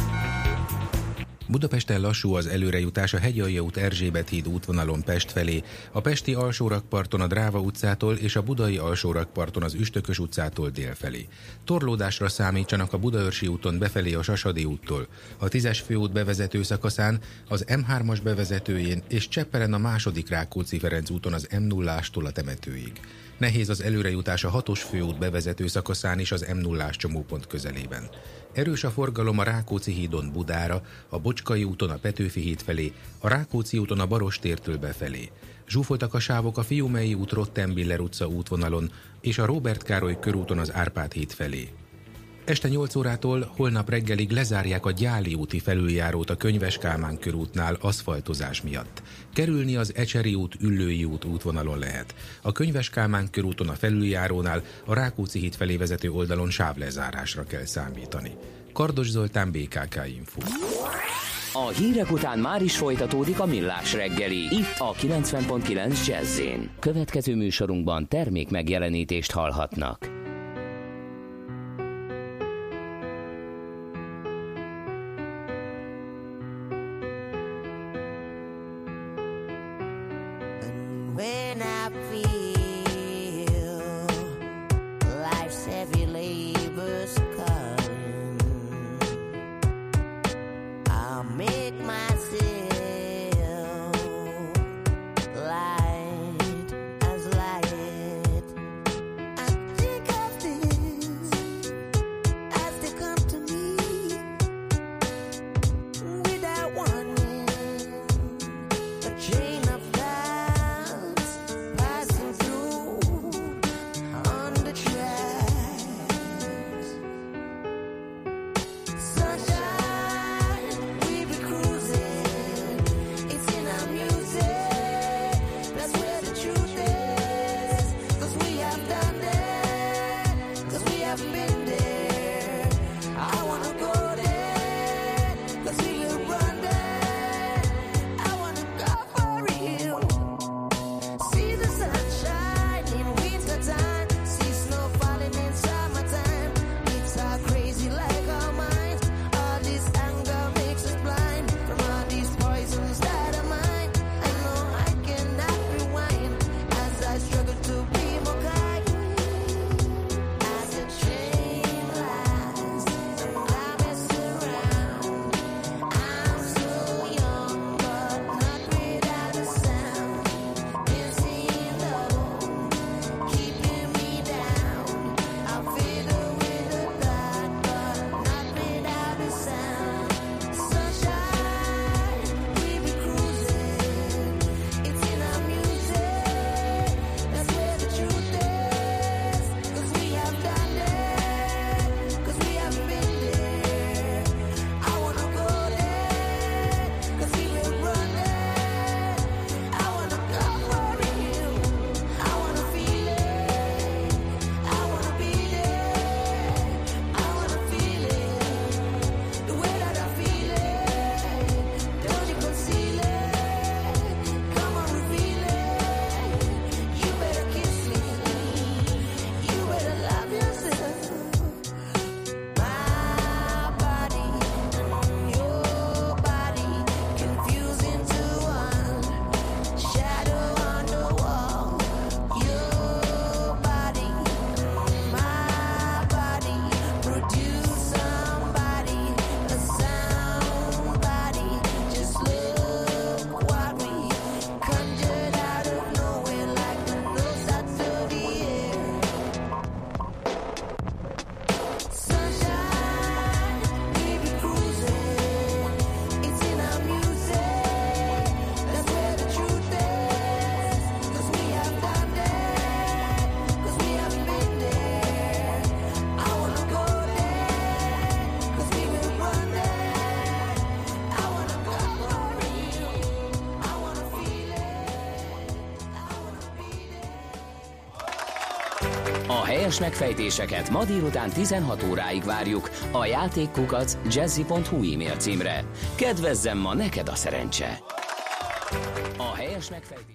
Budapesten lassú az előrejutás a Hegyalja út Erzsébet híd útvonalon Pest felé, a pesti alsórakparton a Dráva utcától és a budai alsórakparton az Üstökös utcától dél felé. Torlódásra számítsanak a Budaörsi úton befelé a Sasadi úttól, a 10-es főút bevezető szakaszán, az M3-as bevezetőjén és Cseppelen a második Rákóczi-Ferenc úton az M0-ástól a temetőig. Nehéz az előrejutás a 6-os főút bevezető szakaszán is az M0-ás csomópont közelében. Erős a forgalom a Rákóczi hídon Budára, a Bocskai úton a Petőfi híd felé, a Rákóczi úton a Barostértől befelé. Zsúfoltak a sávok a Fiumei út Rottenbiller utca útvonalon és a Róbert Károly körúton az Árpád híd felé. Este 8 órától holnap reggelig lezárják a Gyáli úti felüljárót a Könyves Kálmán körútnál aszfaltozás miatt. Kerülni az Ecseri út, Üllői út útvonalon lehet. A Könyves Kálmán körúton a felüljárónál a Rákóczi híd felé vezető oldalon sávlezárásra kell számítani. Kardos Zoltán, BKK Info. A hírek után már is folytatódik a Millás reggeli, itt a 90.9 Jazz-in. Következő műsorunkban termék megjelenítést hallhatnak. Chain helyes megfejtéseket ma délután 16 óráig várjuk a játékkukac jazzy.hu e-mail címre. Kedvezzem ma neked a szerencse! A helyes megfejtés...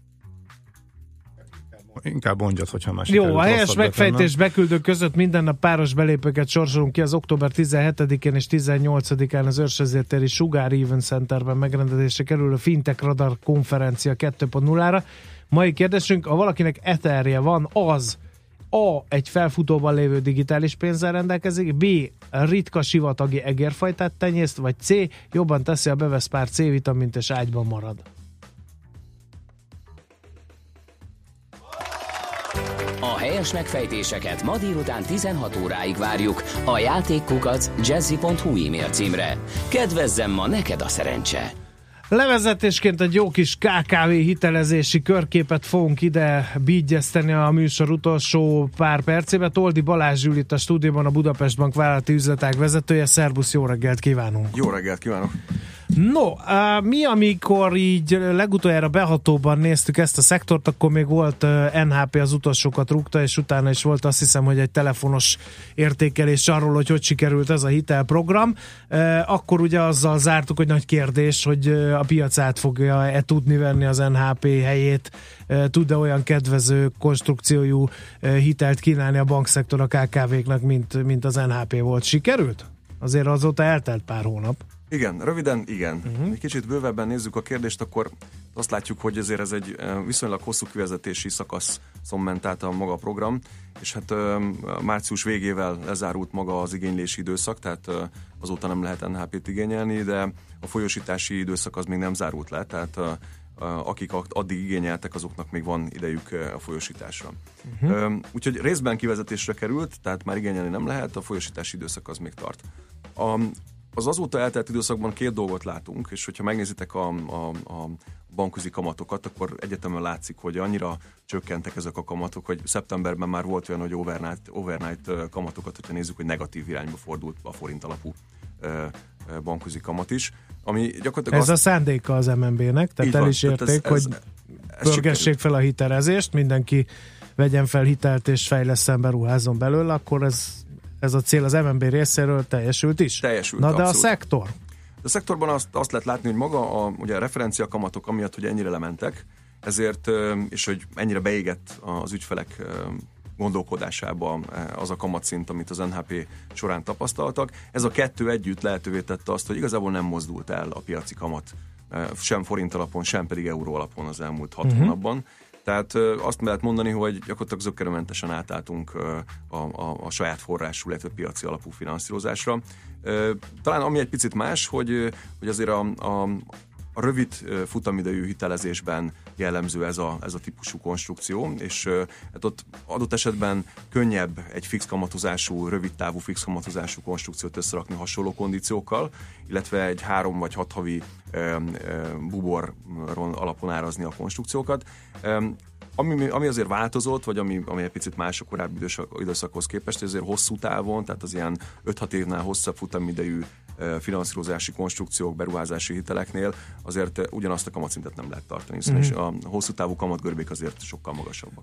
Inkább mondjad, hogyha más. Jó, a helyes megfejtés beküldők között minden nap páros belépőket sorsolunk ki az október 17-én és 18-án az Őrsvezértéri Sugar Event Centerben megrendezésre kerül a Fintech Radar konferencia 2.0-ra. Mai kérdésünk, ha valakinek Etherje van, az A. egy felfutóban lévő digitális pénzzel rendelkezik, B. ritka sivatagi egérfajtát tenyészt, vagy C. jobban teszi, a bevesz pár C-vitamint és ágyban marad. A helyes megfejtéseket ma délután 16 óráig várjuk a játékkukac jazzy.hu e-mail címre. Kedvezzem ma neked a szerencse! Levezetésként egy jó kis KKV hitelezési körképet fogunk ide bígyeszteni a műsor utolsó pár percébe. Toldi Balázs ül itt a stúdióban, a Budapest Bank vállalati üzletág vezetője. Szerbusz, jó reggelt kívánunk! Jó reggelt kívánok! No, mi amikor így legutoljára behatóban néztük ezt a szektort, akkor még volt NHP, az utolsókat rúgta, és utána is volt, azt hiszem, hogy egy telefonos értékelés arról, hogy sikerült ez a hitelprogram. Akkor ugye azzal zártuk, hogy nagy kérdés, hogy a piac át fogja-e tudni venni az NHP helyét, tud-e olyan kedvező konstrukciójú hitelt kínálni a bankszektor a KKV-knak, mint az NHP volt. Sikerült? Azért azóta eltelt pár hónap. Igen, röviden igen. Egy kicsit bővebben nézzük a kérdést, akkor azt látjuk, hogy ezért ez egy viszonylag hosszú kivezetési szakaszon ment át a maga a program, és hát március végével lezárult maga az igénylési időszak, tehát azóta nem lehet NHP-t igényelni, de a folyósítási időszak az még nem zárult le, tehát akik addig igényeltek, azoknak még van idejük a folyósításra. Úgyhogy részben kivezetésre került, tehát már igényelni nem lehet, a folyósítási időszak az még tart. Az azóta eltelt időszakban két dolgot látunk, és hogyha megnézitek a bankközi kamatokat, akkor egyetemen látszik, hogy annyira csökkentek ezek a kamatok, hogy szeptemberben már volt olyan, hogy overnight kamatokat, hogyha nézzük, hogy negatív irányba fordult a forint alapú bankközi kamat is. Ami gyakorlatilag ez a szándéka az MNB-nek, tehát el is érték, hogy pörgessék fel a hitelezést, mindenki vegyen fel hitelt és fejlesszen, beruházzon belőle, akkor ez a cél az MNB részéről teljesült is? Teljesült, na de abszolút. A szektor? A szektorban azt lehet látni, hogy maga ugye a referencia kamatok amiatt, hogy ennyire lementek, ezért, és hogy ennyire beégett az ügyfelek gondolkodásába az a kamatszint, amit az NHP során tapasztaltak. Ez a kettő együtt lehetővé tette azt, hogy igazából nem mozdult el a piaci kamat sem forint alapon, sem pedig euró alapon az elmúlt 6 hónapban. Tehát azt lehet mondani, hogy gyakorlatilag zökkenőmentesen átálltunk a saját forrású, illetve piaci alapú finanszírozásra. Talán ami egy picit más, hogy azért a rövid futamidejű hitelezésben jellemző ez a típusú konstrukció, és hát ott adott esetben könnyebb egy fix kamatozású, rövid távú fix kamatozású konstrukciót összerakni hasonló kondíciókkal, illetve egy 3 vagy 6 havi buboron alapon árazni a konstrukciókat. Ami azért változott, vagy ami egy picit más a korábbi időszakhoz képest, azért hosszú távon, tehát az ilyen 5-6 évnál hosszabb futamidejű finanszírozási konstrukciók, beruházási hiteleknél azért ugyanazt a kamatszintet nem lehet tartani, hiszen és a hosszú távú kamatgörbék azért sokkal magasabbak.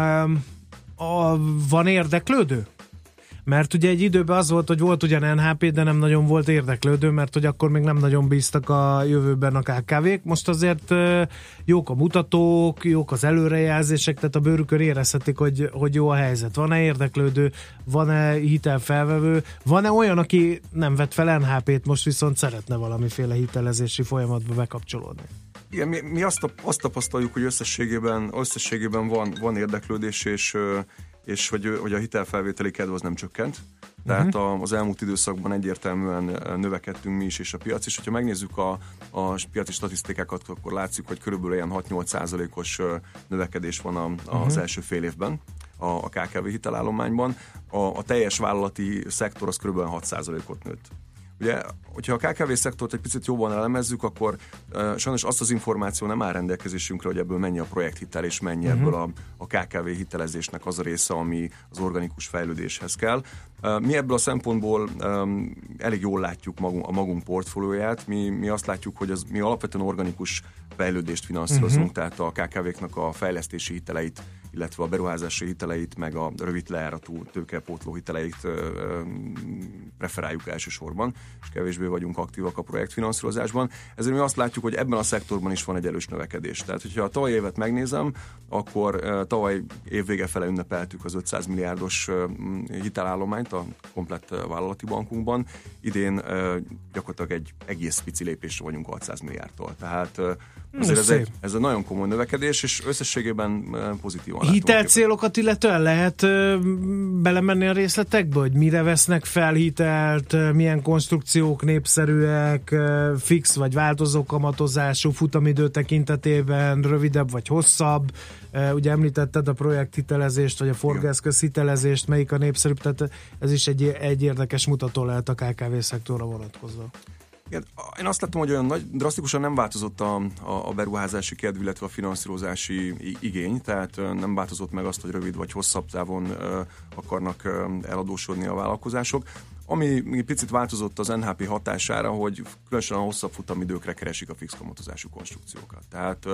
Van érdeklődő? Mert ugye egy időben az volt, hogy volt ugyan NHP, de nem nagyon volt érdeklődő, mert hogy akkor még nem nagyon bíztak a jövőben a KKV-k. Most azért jók a mutatók, jók az előrejelzések, tehát a bőrükön érezhetik, hogy jó a helyzet. Van-e érdeklődő, van-e hitelfelvevő, van-e olyan, aki nem vett fel NHP-t, most viszont szeretne valamiféle hitelezési folyamatba bekapcsolódni? Igen, mi azt tapasztaljuk, hogy összességében van érdeklődés, és hogy a hitelfelvételi kedv az nem csökkent. Tehát az elmúlt időszakban egyértelműen növekedtünk mi is, és a piac is. Ha megnézzük a piaci statisztikákat, akkor látszik, hogy körülbelül ilyen 6-8%-os növekedés van az első fél évben a KKV hitelállományban. A teljes vállalati szektor az körülbelül 6%-ot nőtt. Ugye, hogyha a KKV szektort egy picit jobban elemezzük, akkor sajnos azt az információ nem áll rendelkezésünkre, hogy ebből mennyi a projekthitel, és mennyi ebből a KKV hitelezésnek az a része, ami az organikus fejlődéshez kell. Mi ebből a szempontból elég jól látjuk a magunk portfólióját. Mi azt látjuk, hogy mi alapvetően organikus fejlődést finanszírozunk, tehát a KKV-knak a fejlesztési hiteleit illetve a beruházási hiteleit, meg a rövid lejáratú tőkepótló hiteleit preferáljuk elsősorban, és kevésbé vagyunk aktívak a projektfinanszírozásban. Ezért mi azt látjuk, hogy ebben a szektorban is van egy erős növekedés. Tehát, hogyha a tavalyi évet megnézem, akkor tavaly évvége fele ünnepeltük az 500 milliárdos hitelállományt a komplett vállalati bankunkban. Idén gyakorlatilag egy egész pici lépésre vagyunk 600 milliárdtól. Tehát azért ez egy nagyon komoly növekedés, és összességében pozitívan hitelcélokat illetően lehet belemenni a részletekbe, hogy mire vesznek fel hitelt, milyen konstrukciók népszerűek, fix vagy változó kamatozású futamidő tekintetében, rövidebb vagy hosszabb. Ugye említetted a projekthitelezést, vagy a forgázköz hitelezést, melyik a népszerűbb, tehát ez is egy érdekes mutató lehet a KKV szektorra vonatkozva. Igen, én azt láttam, hogy olyan drasztikusan nem változott a beruházási kedv, illetve a finanszírozási igény, tehát nem változott meg azt, hogy rövid vagy hosszabb távon akarnak eladósodni a vállalkozások. Ami picit változott az NHP hatására, hogy különösen a hosszabb futamidőkre keresik a fix kamatozású konstrukciókat. Tehát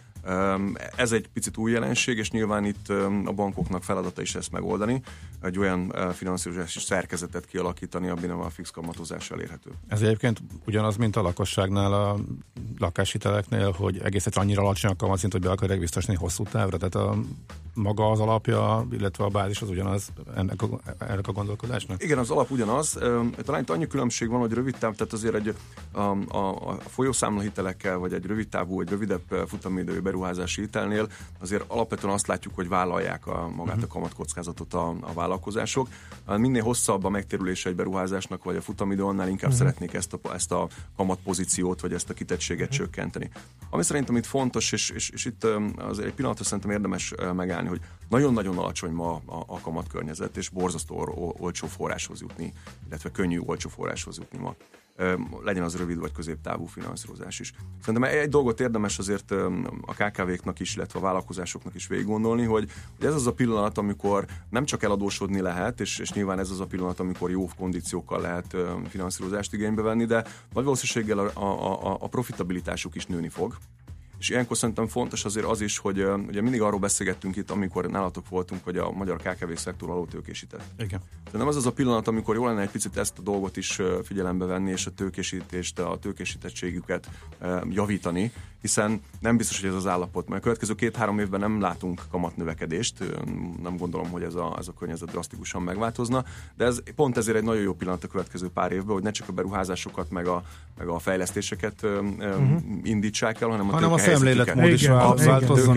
ez egy picit új jelenség, és nyilván itt a bankoknak feladata is ezt megoldani, egy olyan finanszírozási szerkezetet kialakítani, ami nem a fix kamatozás elérhető. Ez egyébként ugyanaz, mint a lakosságnál, a lakáshiteleknél, hogy egész egyszerűen annyira alacsony a kamatszint, hogy be akarják biztosítani hosszú távra, tehát maga az alapja, illetve a bázis az ugyanaz ennek a gondolkodásnak? Igen, az alap ugyanaz. Talán itt annyi különbség van, hogy rövid táv, tehát azért a folyószámlahitelekkel, vagy egy rövid távú, egy rövidebb futamidő beruházási hitelnél azért alapvetően azt látjuk, hogy vállalják magát a kamatkockázatot a vállalkozások. Minél hosszabb a megtérülése egy beruházásnak, vagy a futamidő, annál inkább szeretnék ezt a kamatpozíciót, vagy ezt a kitettséget csökkenteni. Ami szerintem itt fontos, és itt azért egy pillanatra szerintem érdemes megállni, hogy nagyon-nagyon alacsony ma a kamatkörnyezet, és borzasztó olcsó forráshoz jutni, illetve könnyű olcsó forráshoz jutni ma. Legyen az rövid vagy középtávú finanszírozás is. Szerintem egy dolgot érdemes azért a KKV-knak is, illetve a vállalkozásoknak is végig gondolni, hogy ez az a pillanat, amikor nem csak eladósodni lehet, és nyilván ez az a pillanat, amikor jó kondíciókkal lehet finanszírozást igénybe venni, de nagy valószínűséggel a profitabilitásuk is nőni fog. És ilyenkor szerintem fontos azért az is, hogy ugye mindig arról beszélgettünk itt, amikor nálatok voltunk, hogy a magyar KKV-szektor alultőkésített. Igen. De nem az a pillanat, amikor jól lenne egy picit ezt a dolgot is figyelembe venni, és a tőkésítést, a tőkésítettségüket javítani, hiszen nem biztos, hogy ez az állapot, mert a következő 2-3 évben nem látunk kamatnövekedést, nem gondolom, hogy ez a környezet drasztikusan megváltozna, de ez pont ezért egy nagyon jó pillanat a következő pár évben, hogy ne csak a beruházásokat, meg a fejlesztéseket indítsák el, hanem a szemléletmód is változzon.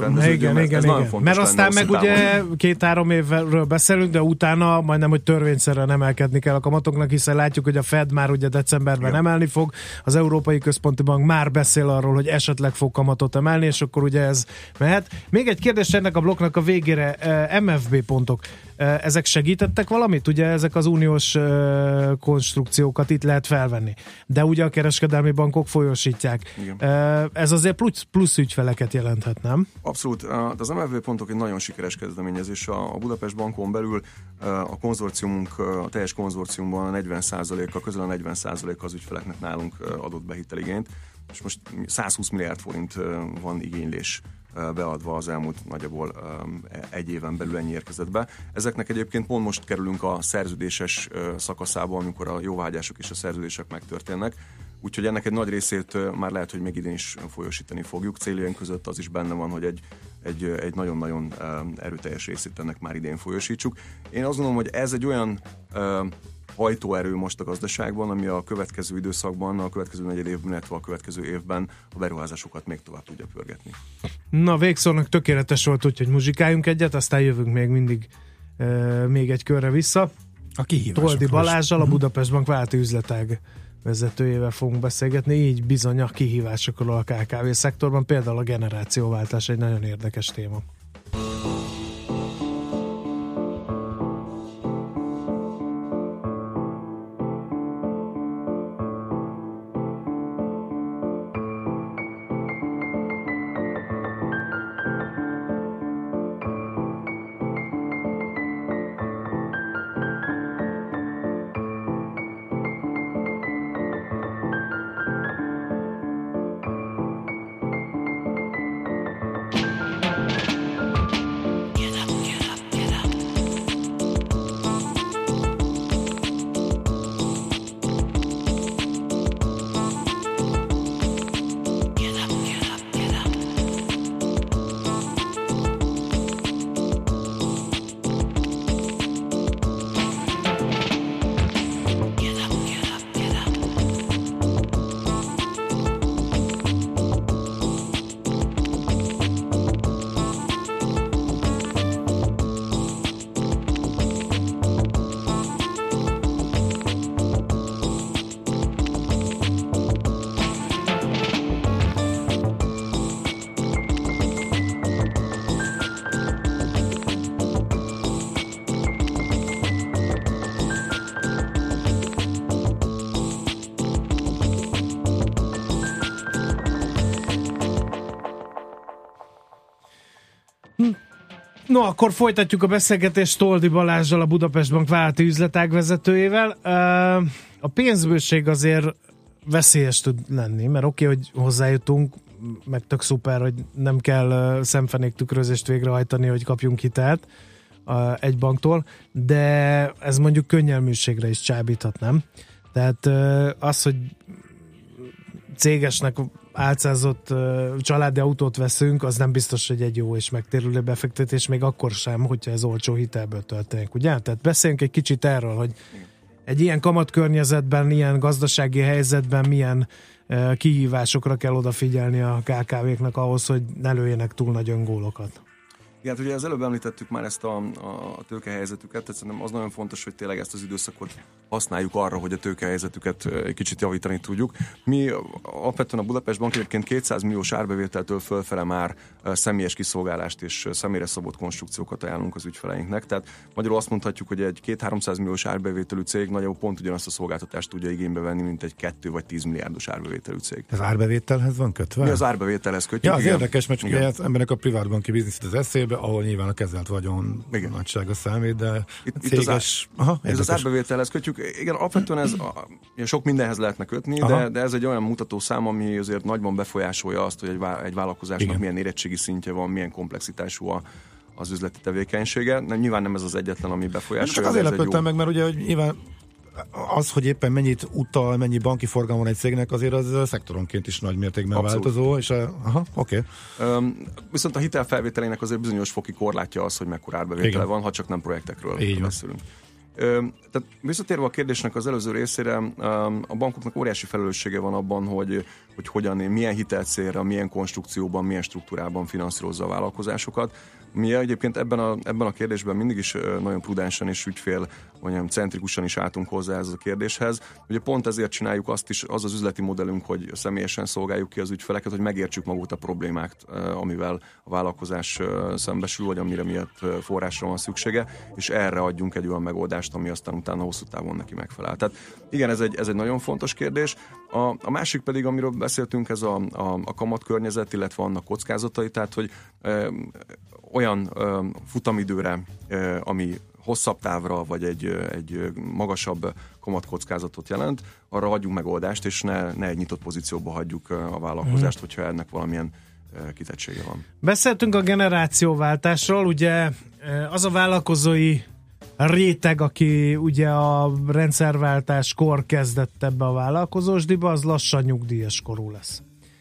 Igen. Mert aztán meg ugye 2-3 évről beszélünk, de utána majdnem, hogy törvényszerűen emelkedni kell a kamatoknak, hiszen látjuk, hogy a Fed már ugye decemberben emelni fog, az Európai Központi Bank már beszél arról, hogy esetleg fog kamatot emelni, és akkor ugye ez mehet. Még egy kérdés ennek a blokknak a végére, MFB pontok. Ezek segítettek valamit? Ugye ezek az uniós konstrukciókat itt lehet felvenni. De ugye a kereskedelmi bankok folyósítják. Igen. Ez azért plusz ügyfeleket jelenthet, nem? Abszolút. Az MFB pontok egy nagyon sikeres kezdeményezés. A Budapest Bankon belül a konzorciumunk, a teljes konzorciumban a 40%-a, közel a 40% az ügyfeleknek nálunk adott be hiteligényt. És most 120 milliárd forint van igénylés beadva az elmúlt nagyjából egy éven belül ennyi érkezett be. Ezeknek egyébként pont most kerülünk a szerződéses szakaszába, amikor a jóváhagyások és a szerződések megtörténnek. Úgyhogy ennek egy nagy részét már lehet, hogy még idén is folyósítani fogjuk. Céljaink között az is benne van, hogy egy nagyon-nagyon erőteljes részét ennek már idén folyósítsuk. Én azt gondolom, hogy ez egy olyan hajtóerő most a gazdaságban, ami a következő időszakban, a következő negyed évben, illetve a következő évben a beruházásokat még tovább tudja pörgetni. Na, végszónak tökéletes volt, úgyhogy muzsikáljunk egyet, aztán jövünk még egy körre vissza. A kihívásokról. Toldi Balázsral, a Budapest Bank vállalati üzletág vezetőjével fogunk beszélgetni, így bizony a kihívásokról a KKV szektorban, például a generációváltás egy nagyon érdekes téma. No, akkor folytatjuk a beszélgetést Toldi Balázsral, a Budapest Bank vállalati üzletág vezetőjével. A pénzbőség azért veszélyes tud lenni, mert oké, hogy hozzájutunk, meg tök szuper, hogy nem kell szemfenék tükrözést végrehajtani, hogy kapjunk hitelt egy banktól, de ez mondjuk könnyelműségre is csábíthat, nem? Tehát az, hogy cégesnek álcázott családi autót veszünk, az nem biztos, hogy egy jó és megtérülő befektetés, még akkor sem, hogyha ez olcsó hitelből történik, ugye? Tehát beszéljünk egy kicsit erről, hogy egy ilyen kamatkörnyezetben, ilyen gazdasági helyzetben milyen kihívásokra kell odafigyelni a KKV-knak ahhoz, hogy ne lőjenek túl nagy öngólokat. Igen, ugye az előbb említettük már ezt a tőkehelyzetüket, tehát szerintem az nagyon fontos, hogy tényleg ezt az időszakot használjuk arra, hogy a tőkehelyzetüket egy kicsit javítani tudjuk. Mi alapvetően a Budapest Bank egyébként 200 milliós árbevételtől fölfele már személyes kiszolgálást és személyre szabott konstrukciókat ajánlunk az ügyfeleinknek. Tehát magyarul azt mondhatjuk, hogy egy 200-300 milliós árbevételű cég nagyobb pont ugyanazt a szolgáltatást tudja igénybe venni, mint egy 2 vagy 10 milliárdos árbevételű cég. Ez árbevételhez van kötve? Mi az árbevételhez kötjük? Ja, az érdekes, mert ugye az embernek a privátbanki biznisz az eszébe, ahol nyilván a kezelt vagyon nagysága számít, de céges... Ez az árbevételhez kötjük. Igen, alapvetően ez sok mindenhez lehetne kötni, de ez egy olyan mutatószám, ami azért nagyban befolyásolja azt, hogy egy vállalkozásnak milyen érettségi szintje van, milyen komplexitású az üzleti tevékenysége. Nyilván nem ez az egyetlen, ami befolyásolja. Csak azért lepődtem meg, mert ugye hogy nyilván az, hogy éppen mennyit utal, mennyi banki forgalom van egy cégnek, azért az szektoronként is nagy mértékben változó, és oké. Viszont a hitelfelvételének azért bizonyos foki korlátja az, hogy mekkora árbevétele van, ha csak nem projektekről beszélünk. Tehát visszatérve a kérdésnek az előző részére, a bankoknak óriási felelőssége van abban, hogy hogyan, milyen hitelcélra, milyen konstrukcióban, milyen struktúrában finanszírozza a vállalkozásokat. Mi egyébként ebben a kérdésben mindig is nagyon prudensen és centrikusan is álltunk hozzá ez a kérdéshez. Ugye pont ezért csináljuk azt is, az üzleti modellünk, hogy személyesen szolgáljuk ki az ügyfeleket, hogy megértsük magukat a problémát, amivel a vállalkozás szembesül, vagy amire miatt forrásra van szüksége, és erre adjunk egy olyan megoldást, ami aztán utána hosszú távon neki megfelel. Tehát igen, ez egy nagyon fontos kérdés. A másik pedig, amiről beszéltünk, ez a kamatkörnyezet, illetve annak kockázatai, tehát hogy olyan futamidőre, ami hosszabb távra, vagy egy magasabb kamatkockázatot jelent, arra adjunk megoldást, és ne egy nyitott pozícióba hagyjuk a vállalkozást, hogyha ennek valamilyen kitettsége van. Beszéltünk a generációváltásról, ugye az a vállalkozói réteg, aki ugye a rendszerváltáskor kezdett ebbe a vállalkozósdiba, az lassan nyugdíjas korú lesz.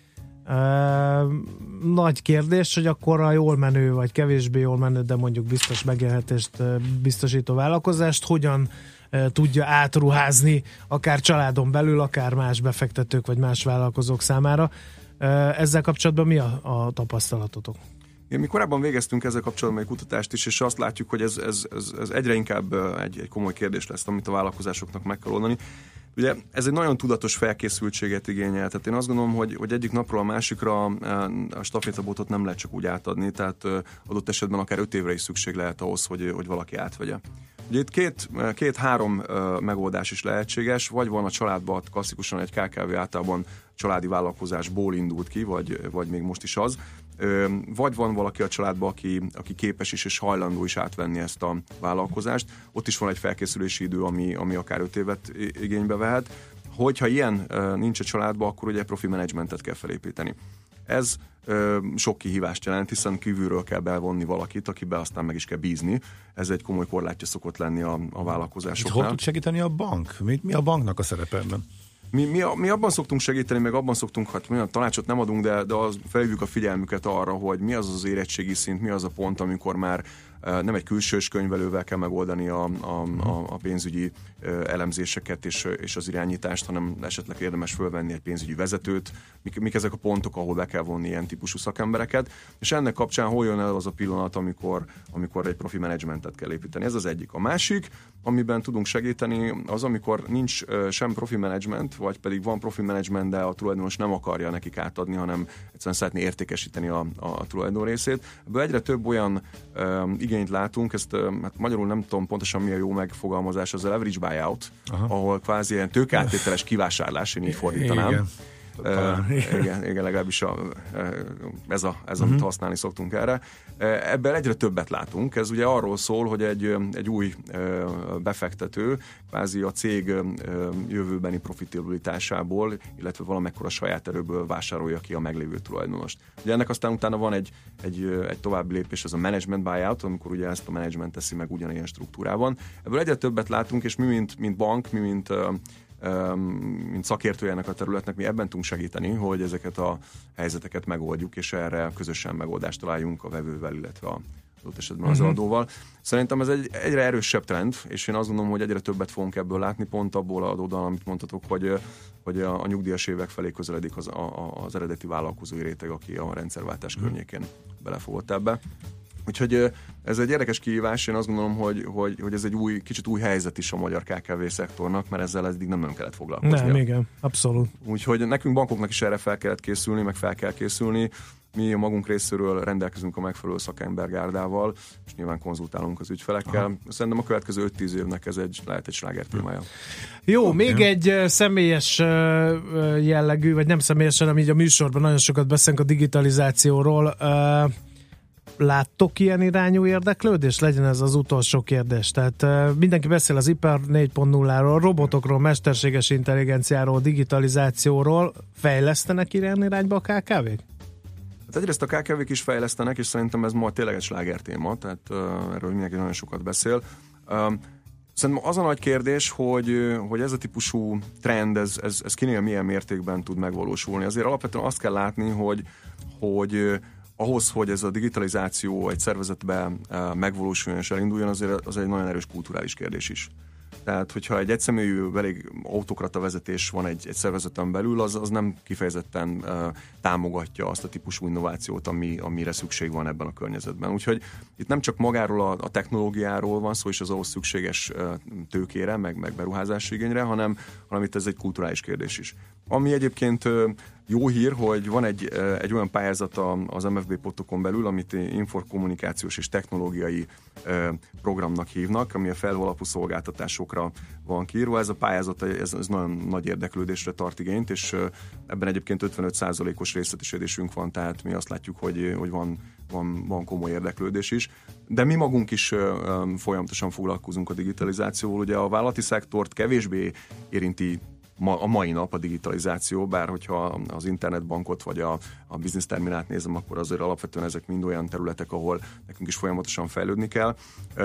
Nagy kérdés, hogy akkor a jól menő, vagy kevésbé jól menő, de mondjuk biztos megélhetést biztosító vállalkozást hogyan tudja átruházni, akár családon belül, akár más befektetők, vagy más vállalkozók számára. Ezzel kapcsolatban mi a tapasztalatotok? Mi korábban végeztünk ezzel kapcsolatban egy kutatást is, és azt látjuk, hogy ez egyre inkább egy komoly kérdés lesz, amit a vállalkozásoknak meg kell oldani. Ugye ez egy nagyon tudatos felkészültséget igényel, tehát én azt gondolom, hogy egyik napról a másikra a stafétabotot nem lehet csak úgy átadni, tehát adott esetben akár 5 évre is szükség lehet ahhoz, hogy valaki átvegye. Ugye itt két-három megoldás is lehetséges, vagy van a családban, klasszikusan egy KKV általában családi vállalkozásból indult ki, vagy még most is az, vagy van valaki a családban, aki képes is és hajlandó is átvenni ezt a vállalkozást. Ott is van egy felkészülési idő, ami akár 5 évet igénybe vehet. Hogyha ilyen nincs a családban, akkor ugye profi menedzsmentet kell felépíteni. Ez sok kihívást jelent, hiszen kívülről kell bevonni valakit, akiben aztán meg is kell bízni. Ez egy komoly korlátja szokott lenni a vállalkozásoknál. Hol tud segíteni a bank? Mi a banknak a szerepe ebben? Mi abban szoktunk segíteni, meg abban szoktunk, hát tanácsot nem adunk, de felhívjuk a figyelmüket arra, hogy mi az az érettségi szint, mi az a pont, amikor már nem egy külsős könyvelővel kell megoldani a pénzügyi elemzéseket és az irányítást, hanem esetleg érdemes fölvenni egy pénzügyi vezetőt, mik ezek a pontok, ahol be kell vonni ilyen típusú szakembereket, és ennek kapcsán hol jön el az a pillanat, amikor egy profi menedzsmentet kell építeni. Ez az egyik. A másik, amiben tudunk segíteni, az, amikor nincs sem profi menedzsment, vagy pedig van profi menedzsment, de a tulajdonos nem akarja nekik átadni, hanem egyszerűen szeretné értékesíteni a tulajdon részét. Ebből egyre több olyan igényt látunk, ezt hát magyarul nem tudom pontosan mi a jó megfogalmazás, az a leverage buyout, ahol kvázi ilyen tőkeáttételes kivásárlás, én így fordítanám. Igen, legalábbis ez amit használni szoktunk erre. Ebből egyre többet látunk. Ez ugye arról szól, hogy egy új befektető kvázi a cég jövőbeni profitabilitásából, illetve valamekkora saját erőből vásárolja ki a meglévő tulajdonost. Ugye ennek aztán utána van egy további lépés, ez a management buyout, amikor ugye ezt a management teszi meg ugyanilyen struktúrában. Ebből egyre többet látunk, és mi, mint bank, mi, mint szakértője ennek a területnek, mi ebben tudunk segíteni, hogy ezeket a helyzeteket megoldjuk, és erre közösen megoldást találjunk a vevővel, illetve az adott esetben az adóval. Szerintem ez egy egyre erősebb trend, és én azt gondolom, hogy egyre többet fogunk ebből látni, pont abból adódóan, amit mondtatok, hogy a nyugdíjas évek felé közeledik az eredeti vállalkozói réteg, aki a rendszerváltás környékén belefogott ebbe. Úgyhogy ez egy érdekes kihívás, én azt gondolom, hogy ez egy kicsit új helyzet is a magyar KKV szektornak, mert ezzel eddig nem kellett foglalkozni. Nem, igen, abszolút. Úgyhogy nekünk bankoknak is erre fel kellett készülni, meg fel kell készülni. Mi a magunk részéről rendelkezünk a megfelelő szakembergárdával, és nyilván konzultálunk az ügyfelekkel. Aha. Szerintem a következő 5-10 évnek ez lehet egy sláger témája. Jó, még egy személyes jellegű, vagy nem személyesen, hanem így a műsorban nagyon sokat beszélünk a digitalizációról. Láttok ilyen irányú érdeklődést? Legyen ez az utolsó kérdés. Tehát mindenki beszél az ipar 4.0-ról, robotokról, mesterséges intelligenciáról, digitalizációról. Fejlesztenek ilyen irányba a KKV-k? Hát egyrészt a KKV-k is fejlesztenek, és szerintem ez ma tényleg egy sláger téma, tehát erről mindenki nagyon sokat beszél. Szerintem az a nagy kérdés, hogy ez a típusú trend, ez kinél milyen mértékben tud megvalósulni. Azért alapvetően azt kell látni, hogy ahhoz, hogy ez a digitalizáció egy szervezetben megvalósuljon és elinduljon, azért az egy nagyon erős kulturális kérdés is. Tehát, hogyha egy egyszemélyű, elég autokrata vezetés van egy szervezeten belül, az nem kifejezetten támogatja azt a típusú innovációt, amire szükség van ebben a környezetben. Úgyhogy itt nem csak magáról a technológiáról van szó, és az ahhoz szükséges tőkére, meg beruházási igényre, hanem itt ez egy kulturális kérdés is. Ami egyébként jó hír, hogy van egy olyan pályázat az MFB-potokon belül, amit inforkommunikációs és technológiai programnak hívnak, ami a felhőalapú szolgáltatásokra van kiírva. Ez a pályázat ez nagyon nagy érdeklődésre tart igényt, és ebben egyébként 55%-os részletesítésünk van, tehát mi azt látjuk, hogy van komoly érdeklődés is. De mi magunk is folyamatosan foglalkozunk a digitalizációval. Ugye a vállalati szektort kevésbé érinti a mai nap a digitalizáció, bár hogyha az internetbankot vagy a business terminált nézem, akkor azért alapvetően ezek mind olyan területek, ahol nekünk is folyamatosan fejlődni kell.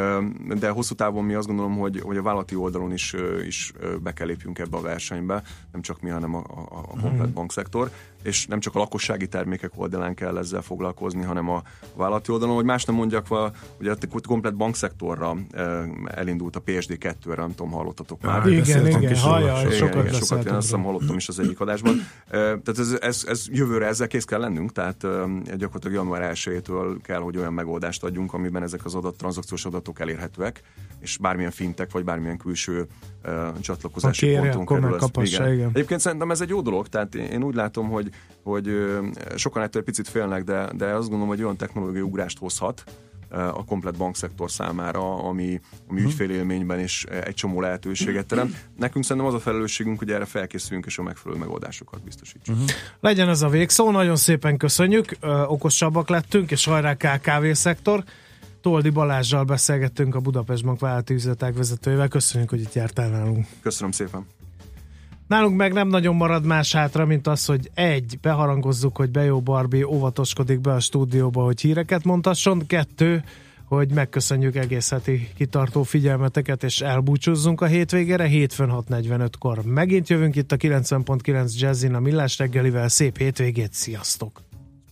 De hosszú távon mi azt gondolom, hogy a vállalati oldalon is be kell lépjünk ebbe a versenybe, nem csak mi, hanem a komplet bankszektor, és nem csak a lakossági termékek oldalán kell ezzel foglalkozni, hanem a vállalati oldalon, hogy más nem mondjak, ugye a komplet bankszektorra elindult a PSD2-re, nem tudom, hallottatok már. Igen, sokat azt hiszem hallottam is az egyik adásban. Tehát ez jövőre ezzel kész kell lennünk, tehát gyakorlatilag január 1-től kell, hogy olyan megoldást adjunk, amiben ezek az tranzakciós adatok elérhetőek, és bármilyen fintek, vagy bármilyen külső csatlakozási ponton kerül. Igen. Egyébként szerintem ez egy jó dolog, tehát én úgy látom, hogy sokan ettől egy picit félnek, de azt gondolom, hogy olyan technológiai ugrást hozhat a komplet bankszektor számára, ami ügyfélélményben is egy csomó lehetőséget teremt. Nekünk szerintem az a felelősségünk, hogy erre felkészüljünk és a megfelelő megoldásokat biztosítsuk. Legyen ez a végszó, nagyon szépen köszönjük, okosabbak lettünk, és hajrá KKV szektor. Toldi Balázssal beszélgettünk, a Budapest Bank vállalati üzletág vezetőjével. Köszönjük, hogy itt jártál nálunk. Köszönöm szépen. Nálunk meg nem nagyon marad más hátra, mint az, hogy beharangozzuk, hogy Bejó Barbi óvatoskodik be a stúdióba, hogy híreket mondhasson. 2, hogy megköszönjük egész heti kitartó figyelmeteket, és elbúcsúzzunk a hétvégére. Hétfőn 6:45-kor megint jövünk itt a 90.9 Jazzin a Millás reggelivel. Szép hétvégét, sziasztok!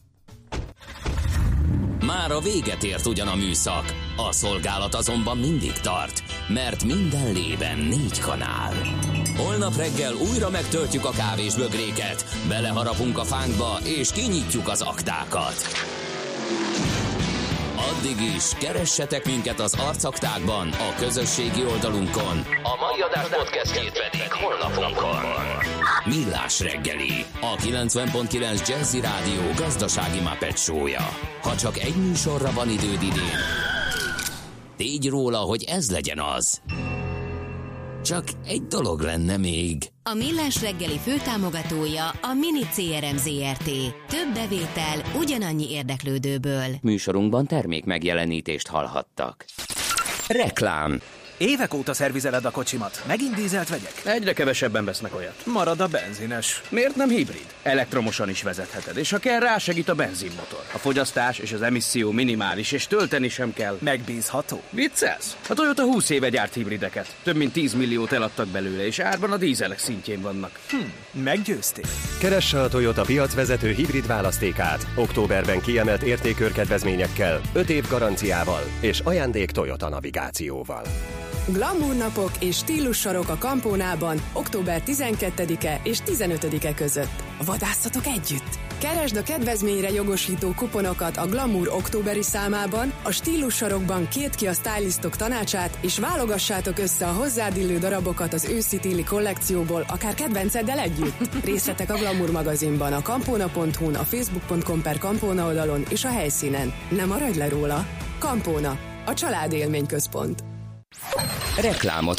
Már a véget ért ugyan a műszak, a szolgálat azonban mindig tart, mert minden lében 4 kanál. Holnap reggel újra megtöltjük a kávésbögréket, beleharapunk a fánkba és kinyitjuk az aktákat. Addig is keressetek minket az arcaktákban, a közösségi oldalunkon. A mai adás podcastjét pedig honlapunkon. Millás reggeli, a 90.9 Jazzy Rádió gazdasági Muppet show-ja. Ha csak egy műsorra van időd idén, tégy róla, hogy ez legyen az. Csak egy dolog lenne még. A Millás reggeli főtámogatója a Mini CRM Zrt. Több bevétel ugyanannyi érdeklődőből. Műsorunkban termék megjelenítést hallhattak. Reklám. Évek óta szervizeled a kocsimat. Megint dízelt vegyek? Egyre kevesebben vesznek olyat. Marad a benzines. Miért nem hibrid? Elektromosan is vezetheted, és ha kell, rásegít a benzinmotor. A fogyasztás és az emisszió minimális, és tölteni sem kell. Megbízható. Viccelsz? A Toyota 20 éve gyárt hibrideket. Több mint 10 milliót eladtak belőle, és árban a dízelek szintjén vannak. Meggyőztél. Keresse a Toyota piacvezető hibrid választékát. Októberben kiemelt értékkörkedvezményekkel, 5 év garanciával és ajándék Toyota navigációval. Glamour napok és stílussarok a Campónában október 12-e és 15-e között. Vadászatok együtt! Keresd a kedvezményre jogosító kuponokat a Glamour októberi számában, a stílussarokban két ki a stylistok tanácsát, és válogassátok össze a hozzád illő darabokat az őszi-téli kollekcióból, akár kedvenceddel együtt. Részletek a Glamour magazinban, a campona.hu-n, a facebook.com/Campona oldalon és a helyszínen. Ne maradj le róla! Campona, a családélményközpont. Reklámot